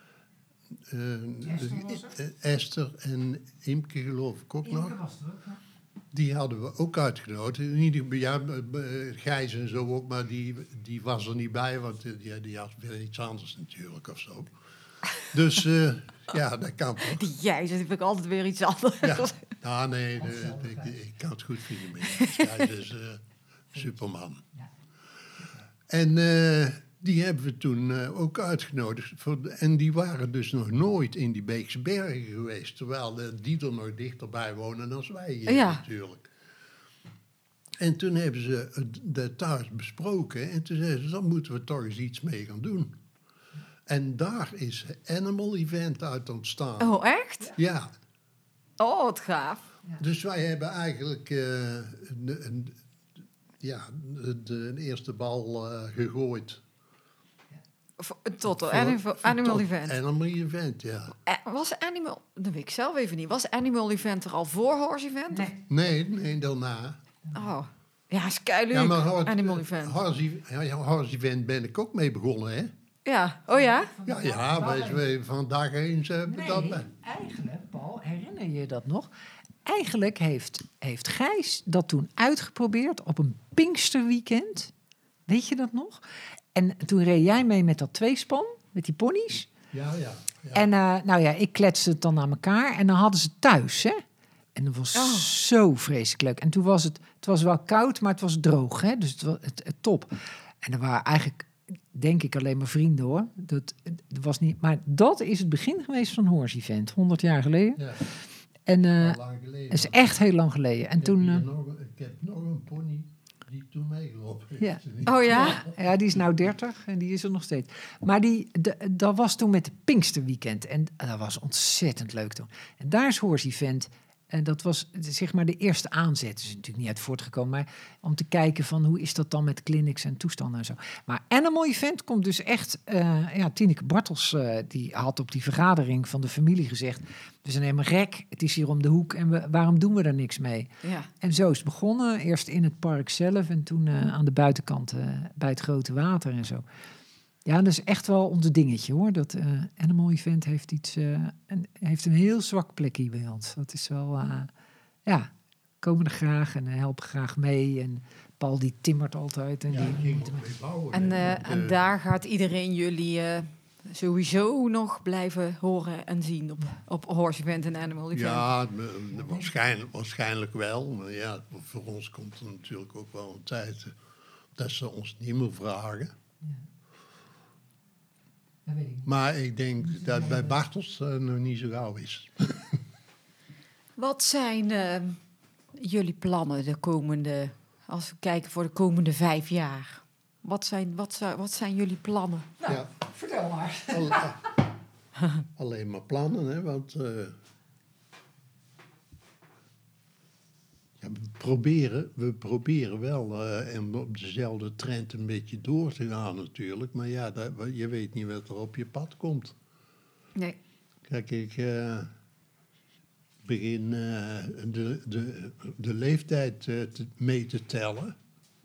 Esther en Imke geloof ik ook nog. Die hadden we ook uitgenodigd. Gijs en zo ook, maar die was er niet bij, want die had weer iets anders natuurlijk of zo. Dus ja, dat kan toch. Die Gijs, dat heb ik altijd weer iets anders. Ja. Nee, ik kan het goed vinden met Gijs is Superman. En die hebben we toen ook uitgenodigd. En die waren dus nog nooit in die Beekse Bergen geweest. Terwijl die er nog dichterbij wonen dan wij hier natuurlijk. En toen hebben ze dat thuis besproken. En toen zeiden ze, dan moeten we toch eens iets mee gaan doen. En daar is Animal Event uit ontstaan. Oh, echt? Ja. Oh, wat gaaf. Ja. Dus wij hebben eigenlijk de eerste bal gegooid. Tot Animal Event. Animal Event, ja. Was Animal... Dat weet ik zelf even niet. Was Animal Event er al voor Horse Event? Nee, daarna. Oh. Ja, is keileuk. Ja, maar Animal Event. Horse Event ben ik ook mee begonnen, hè? Ja. Oh ja? Ja, wij van dag eens hebben dat bij. Eigenlijk, Paul, herinner je dat nog? Eigenlijk heeft Gijs dat toen uitgeprobeerd op een Pinksterweekend. Weet je dat nog? En toen reed jij mee met dat tweespan, met die ponies. Ja. En ik kletste het dan aan elkaar. En dan hadden ze thuis, hè? En dat was zo vreselijk leuk. En toen was het was wel koud, maar het was droog, hè? Dus het was het top. En er waren eigenlijk, denk ik, alleen maar vrienden, hoor. Dat was niet. Maar dat is het begin geweest van Horse Event, 100 jaar geleden. Ja. En het is echt heel lang geleden. En toen. Ik heb nog een pony die toen meegelopen is. Ja. Oh ja? Ja, die is nou 30 en die is er nog steeds. Maar dat was toen met de Pinksterweekend. En dat was ontzettend leuk toen. En daar is Horse Event En dat was zeg maar de eerste aanzet. Het is natuurlijk niet uit voortgekomen, maar om te kijken van hoe is dat dan met clinics en toestanden en zo. Maar Animal Event komt dus echt... Tineke Bartels die had op die vergadering van de familie gezegd... we zijn helemaal gek, het is hier om de hoek en waarom doen we daar niks mee? Ja. En zo is het begonnen. Eerst in het park zelf en toen aan de buitenkant bij het grote water en zo. Ja, dat is echt wel ons dingetje, hoor. Dat Animal Event heeft heeft een heel zwak plekje bij ons. Dat is wel, komen er graag en helpen graag mee. En Paul die timmert altijd. En En daar gaat iedereen jullie sowieso nog blijven horen en zien op Horse Event en Animal Event. Ja, waarschijnlijk wel. Maar ja, voor ons komt er natuurlijk ook wel een tijd dat ze ons niet meer vragen. Dat weet ik niet. Maar ik denk dat bij Bartels nog niet zo gauw is. Wat zijn jullie plannen als we kijken voor de komende 5 jaar? Wat zijn jullie plannen? Nou, Ja. vertel maar. Alleen maar plannen, hè, want we proberen wel en op dezelfde trend een beetje door te gaan natuurlijk. Maar ja, je weet niet wat er op je pad komt. Nee. Kijk, ik begin de leeftijd mee te tellen.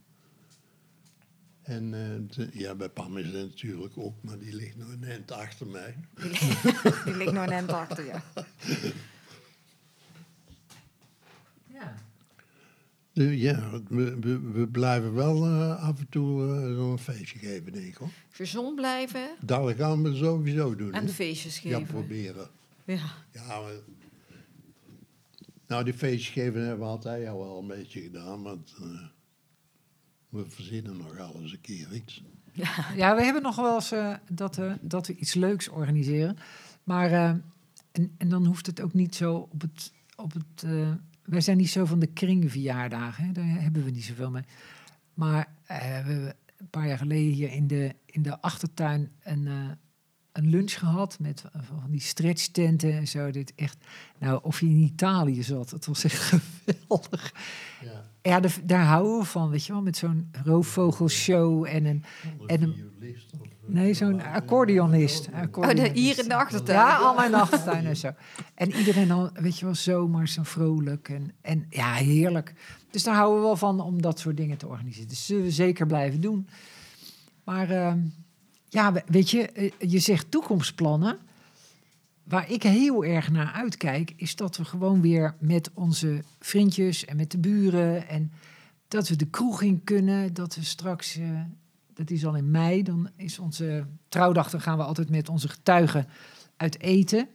En bij Pam is het natuurlijk ook, maar die ligt nog een eind achter mij. Die ligt nog een eind achter, ja. Ja. Ja, we blijven wel af en toe zo'n feestje geven, denk ik, hoor. Gezond blijven Dat gaan we sowieso doen. en hè? feestjes Ja, geven. proberen. Ja. Ja, nou, die feestjes geven hebben we altijd al wel een beetje gedaan, want we verzinnen nog alles een keer iets. Ja, we hebben nog wel eens dat we iets leuks organiseren. Maar en dan hoeft het ook niet zo op het wij zijn niet zo van de kringverjaardagen. Hè? Daar hebben we niet zoveel mee. Maar we hebben een paar jaar geleden hier in de achtertuin een lunch gehad met van die stretchtenten en zo. Dit echt, nou, of je in Italië zat, het was echt geweldig. Ja. Ja, daar houden we van, weet je wel, met zo'n roofvogelshow en een violist of, nee, zo'n accordeonist. Hier in de achtertuin. Ja, allemaal in de achtertuin en zo. En iedereen dan, weet je wel, zomers en vrolijk en ja, heerlijk. Dus daar houden we wel van om dat soort dingen te organiseren. Dus zullen we zeker blijven doen. Maar weet je, je zegt toekomstplannen. Waar ik heel erg naar uitkijk, is dat we gewoon weer met onze vriendjes en met de buren en dat we de kroeg in kunnen. Dat we straks, dat is al in mei, dan is onze trouwdag, dan gaan we altijd met onze getuigen uit eten.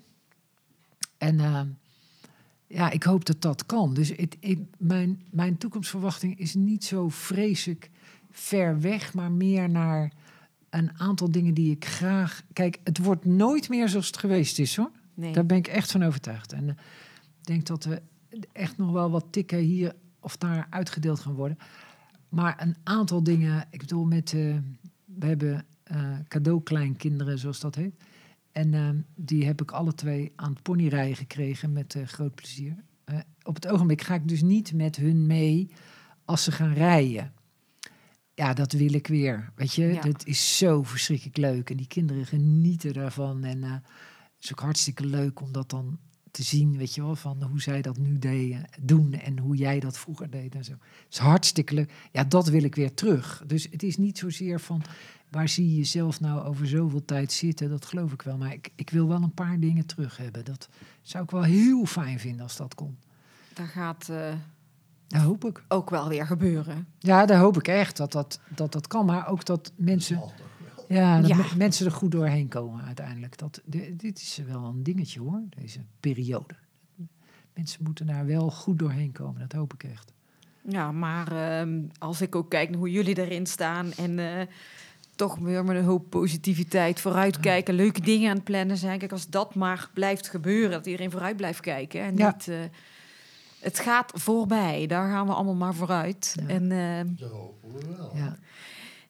En ik hoop dat dat kan. Dus mijn toekomstverwachting is niet zo vreselijk ver weg, maar meer naar een aantal dingen die ik graag... Kijk, het wordt nooit meer zoals het geweest is, hoor. Nee. Daar ben ik echt van overtuigd. En ik denk dat we echt nog wel wat tikken hier of daar uitgedeeld gaan worden. Maar een aantal dingen... Ik bedoel, we hebben cadeaukleinkinderen, zoals dat heet. En die heb ik alle 2 aan het ponyrijden gekregen met groot plezier. Op het ogenblik ga ik dus niet met hun mee als ze gaan rijden. Ja, dat wil ik weer. Weet je, dat is zo verschrikkelijk leuk. En die kinderen genieten daarvan. En het is ook hartstikke leuk om dat dan te zien, weet je wel, van hoe zij dat nu doen en hoe jij dat vroeger deed en zo. Het is hartstikke leuk. Ja, dat wil ik weer terug. Dus het is niet zozeer van, waar zie je jezelf nou over zoveel tijd zitten? Dat geloof ik wel. Maar ik wil wel een paar dingen terug hebben. Dat zou ik wel heel fijn vinden als dat kon. Dat gaat Dat hoop ik. ook wel weer gebeuren. Ja, daar hoop ik echt dat kan. Maar ook dat mensen... mensen er goed doorheen komen uiteindelijk. Dit is wel een dingetje, hoor, deze periode. Mensen moeten daar wel goed doorheen komen, dat hoop ik echt. Ja, maar als ik ook kijk naar hoe jullie erin staan en toch weer met een hoop positiviteit vooruitkijken, leuke dingen aan het plannen zijn. Kijk, als dat maar blijft gebeuren, dat iedereen vooruit blijft kijken en niet... het gaat voorbij, daar gaan we allemaal maar vooruit. Ja. En, Zo hopen we wel. Ja.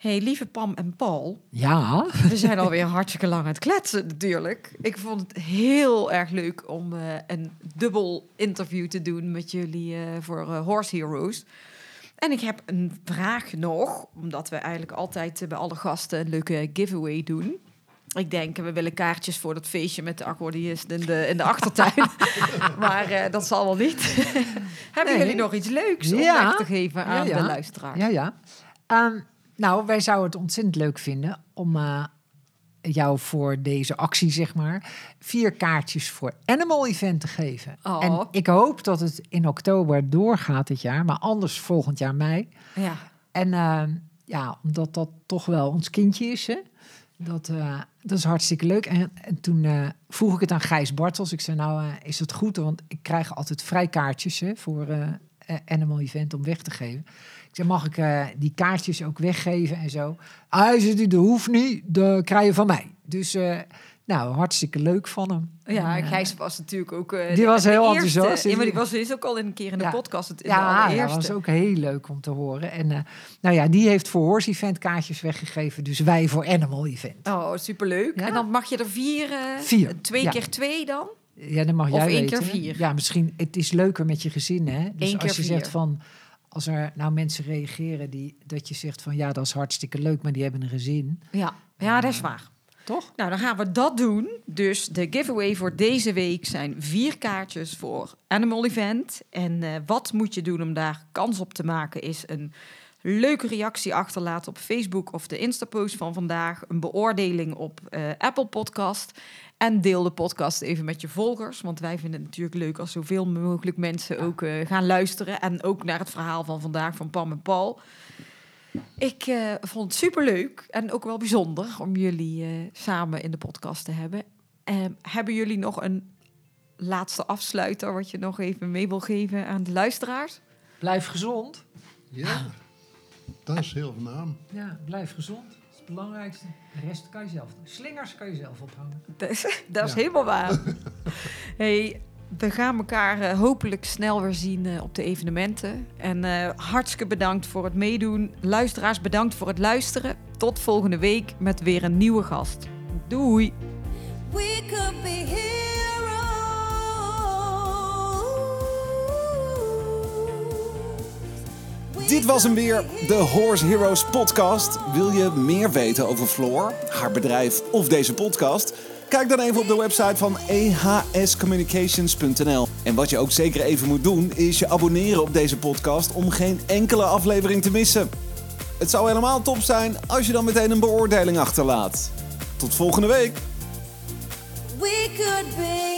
Hey, lieve Pam en Paul. Ja. We zijn alweer hartstikke lang aan het kletsen natuurlijk. Ik vond het heel erg leuk om een dubbel interview te doen met jullie voor Horse Heroes. En ik heb een vraag nog, omdat we eigenlijk altijd bij alle gasten een leuke giveaway doen. Ik denk, we willen kaartjes voor dat feestje met de accordeïst in de achtertuin. Maar dat zal wel niet. Hebben jullie nog iets leuks om weg te geven aan de luisteraars? Ja. Nou, wij zouden het ontzettend leuk vinden om jou voor deze actie, zeg maar, 4 kaartjes voor Animal Event te geven. Oh. En ik hoop dat het in oktober doorgaat dit jaar, maar anders volgend jaar mei. Ja. En omdat dat toch wel ons kindje is, hè? Dat is hartstikke leuk. En toen vroeg ik het aan Gijs Bartels. Ik zei, is het goed? Want ik krijg altijd vrijkaartjes voor Animal Event om weg te geven. Ik zei, mag ik die kaartjes ook weggeven en zo? Hij zei, dat hoeft niet, dat krijg je van mij. Dus hartstikke leuk van hem. Ja, Gijs was natuurlijk ook... die was heel enthousiast. Ja, maar die was ook al een keer in de podcast. Dat was ook heel leuk om te horen. En die heeft voor Horse Event kaartjes weggegeven. Dus wij voor Animal Event. Oh, superleuk. Ja? En dan mag je er 4... 2 keer 2 dan? Ja, dan mag jij of 1 weten. keer 4? Ja, misschien. Het is leuker met je gezin, hè? Dus 1 keer als je 4. zegt van... Als er nou mensen reageren dat je zegt van... ja, dat is hartstikke leuk, maar die hebben een gezin. Ja, dat is waar. Toch? Nou, dan gaan we dat doen. Dus de giveaway voor deze week zijn 4 kaartjes voor Animal Event. En wat moet je doen om daar kans op te maken is een leuke reactie achterlaten op Facebook of de Insta-post van vandaag. Een beoordeling op Apple Podcast. En deel de podcast even met je volgers. Want wij vinden het natuurlijk leuk als zoveel mogelijk mensen ook gaan luisteren. En ook naar het verhaal van vandaag van Pam en Paul. Ik vond het superleuk en ook wel bijzonder om jullie samen in de podcast te hebben. Hebben jullie nog een laatste afsluiter wat je nog even mee wil geven aan de luisteraars? Blijf gezond. Ja, dat is heel voornaam. Ja, blijf gezond. Dat is het belangrijkste. De rest kan je zelf doen. Slingers kan je zelf ophangen. Dat is helemaal waar. Hey, we gaan elkaar hopelijk snel weer zien op de evenementen. En hartstikke bedankt voor het meedoen. Luisteraars, bedankt voor het luisteren. Tot volgende week met weer een nieuwe gast. Doei! We could be heroes. Dit was hem weer, de Horse Heroes podcast. Wil je meer weten over Floor, haar bedrijf of deze podcast? Kijk dan even op de website van ehscommunications.nl. En wat je ook zeker even moet doen, is je abonneren op deze podcast om geen enkele aflevering te missen. Het zou helemaal top zijn als je dan meteen een beoordeling achterlaat. Tot volgende week! We could be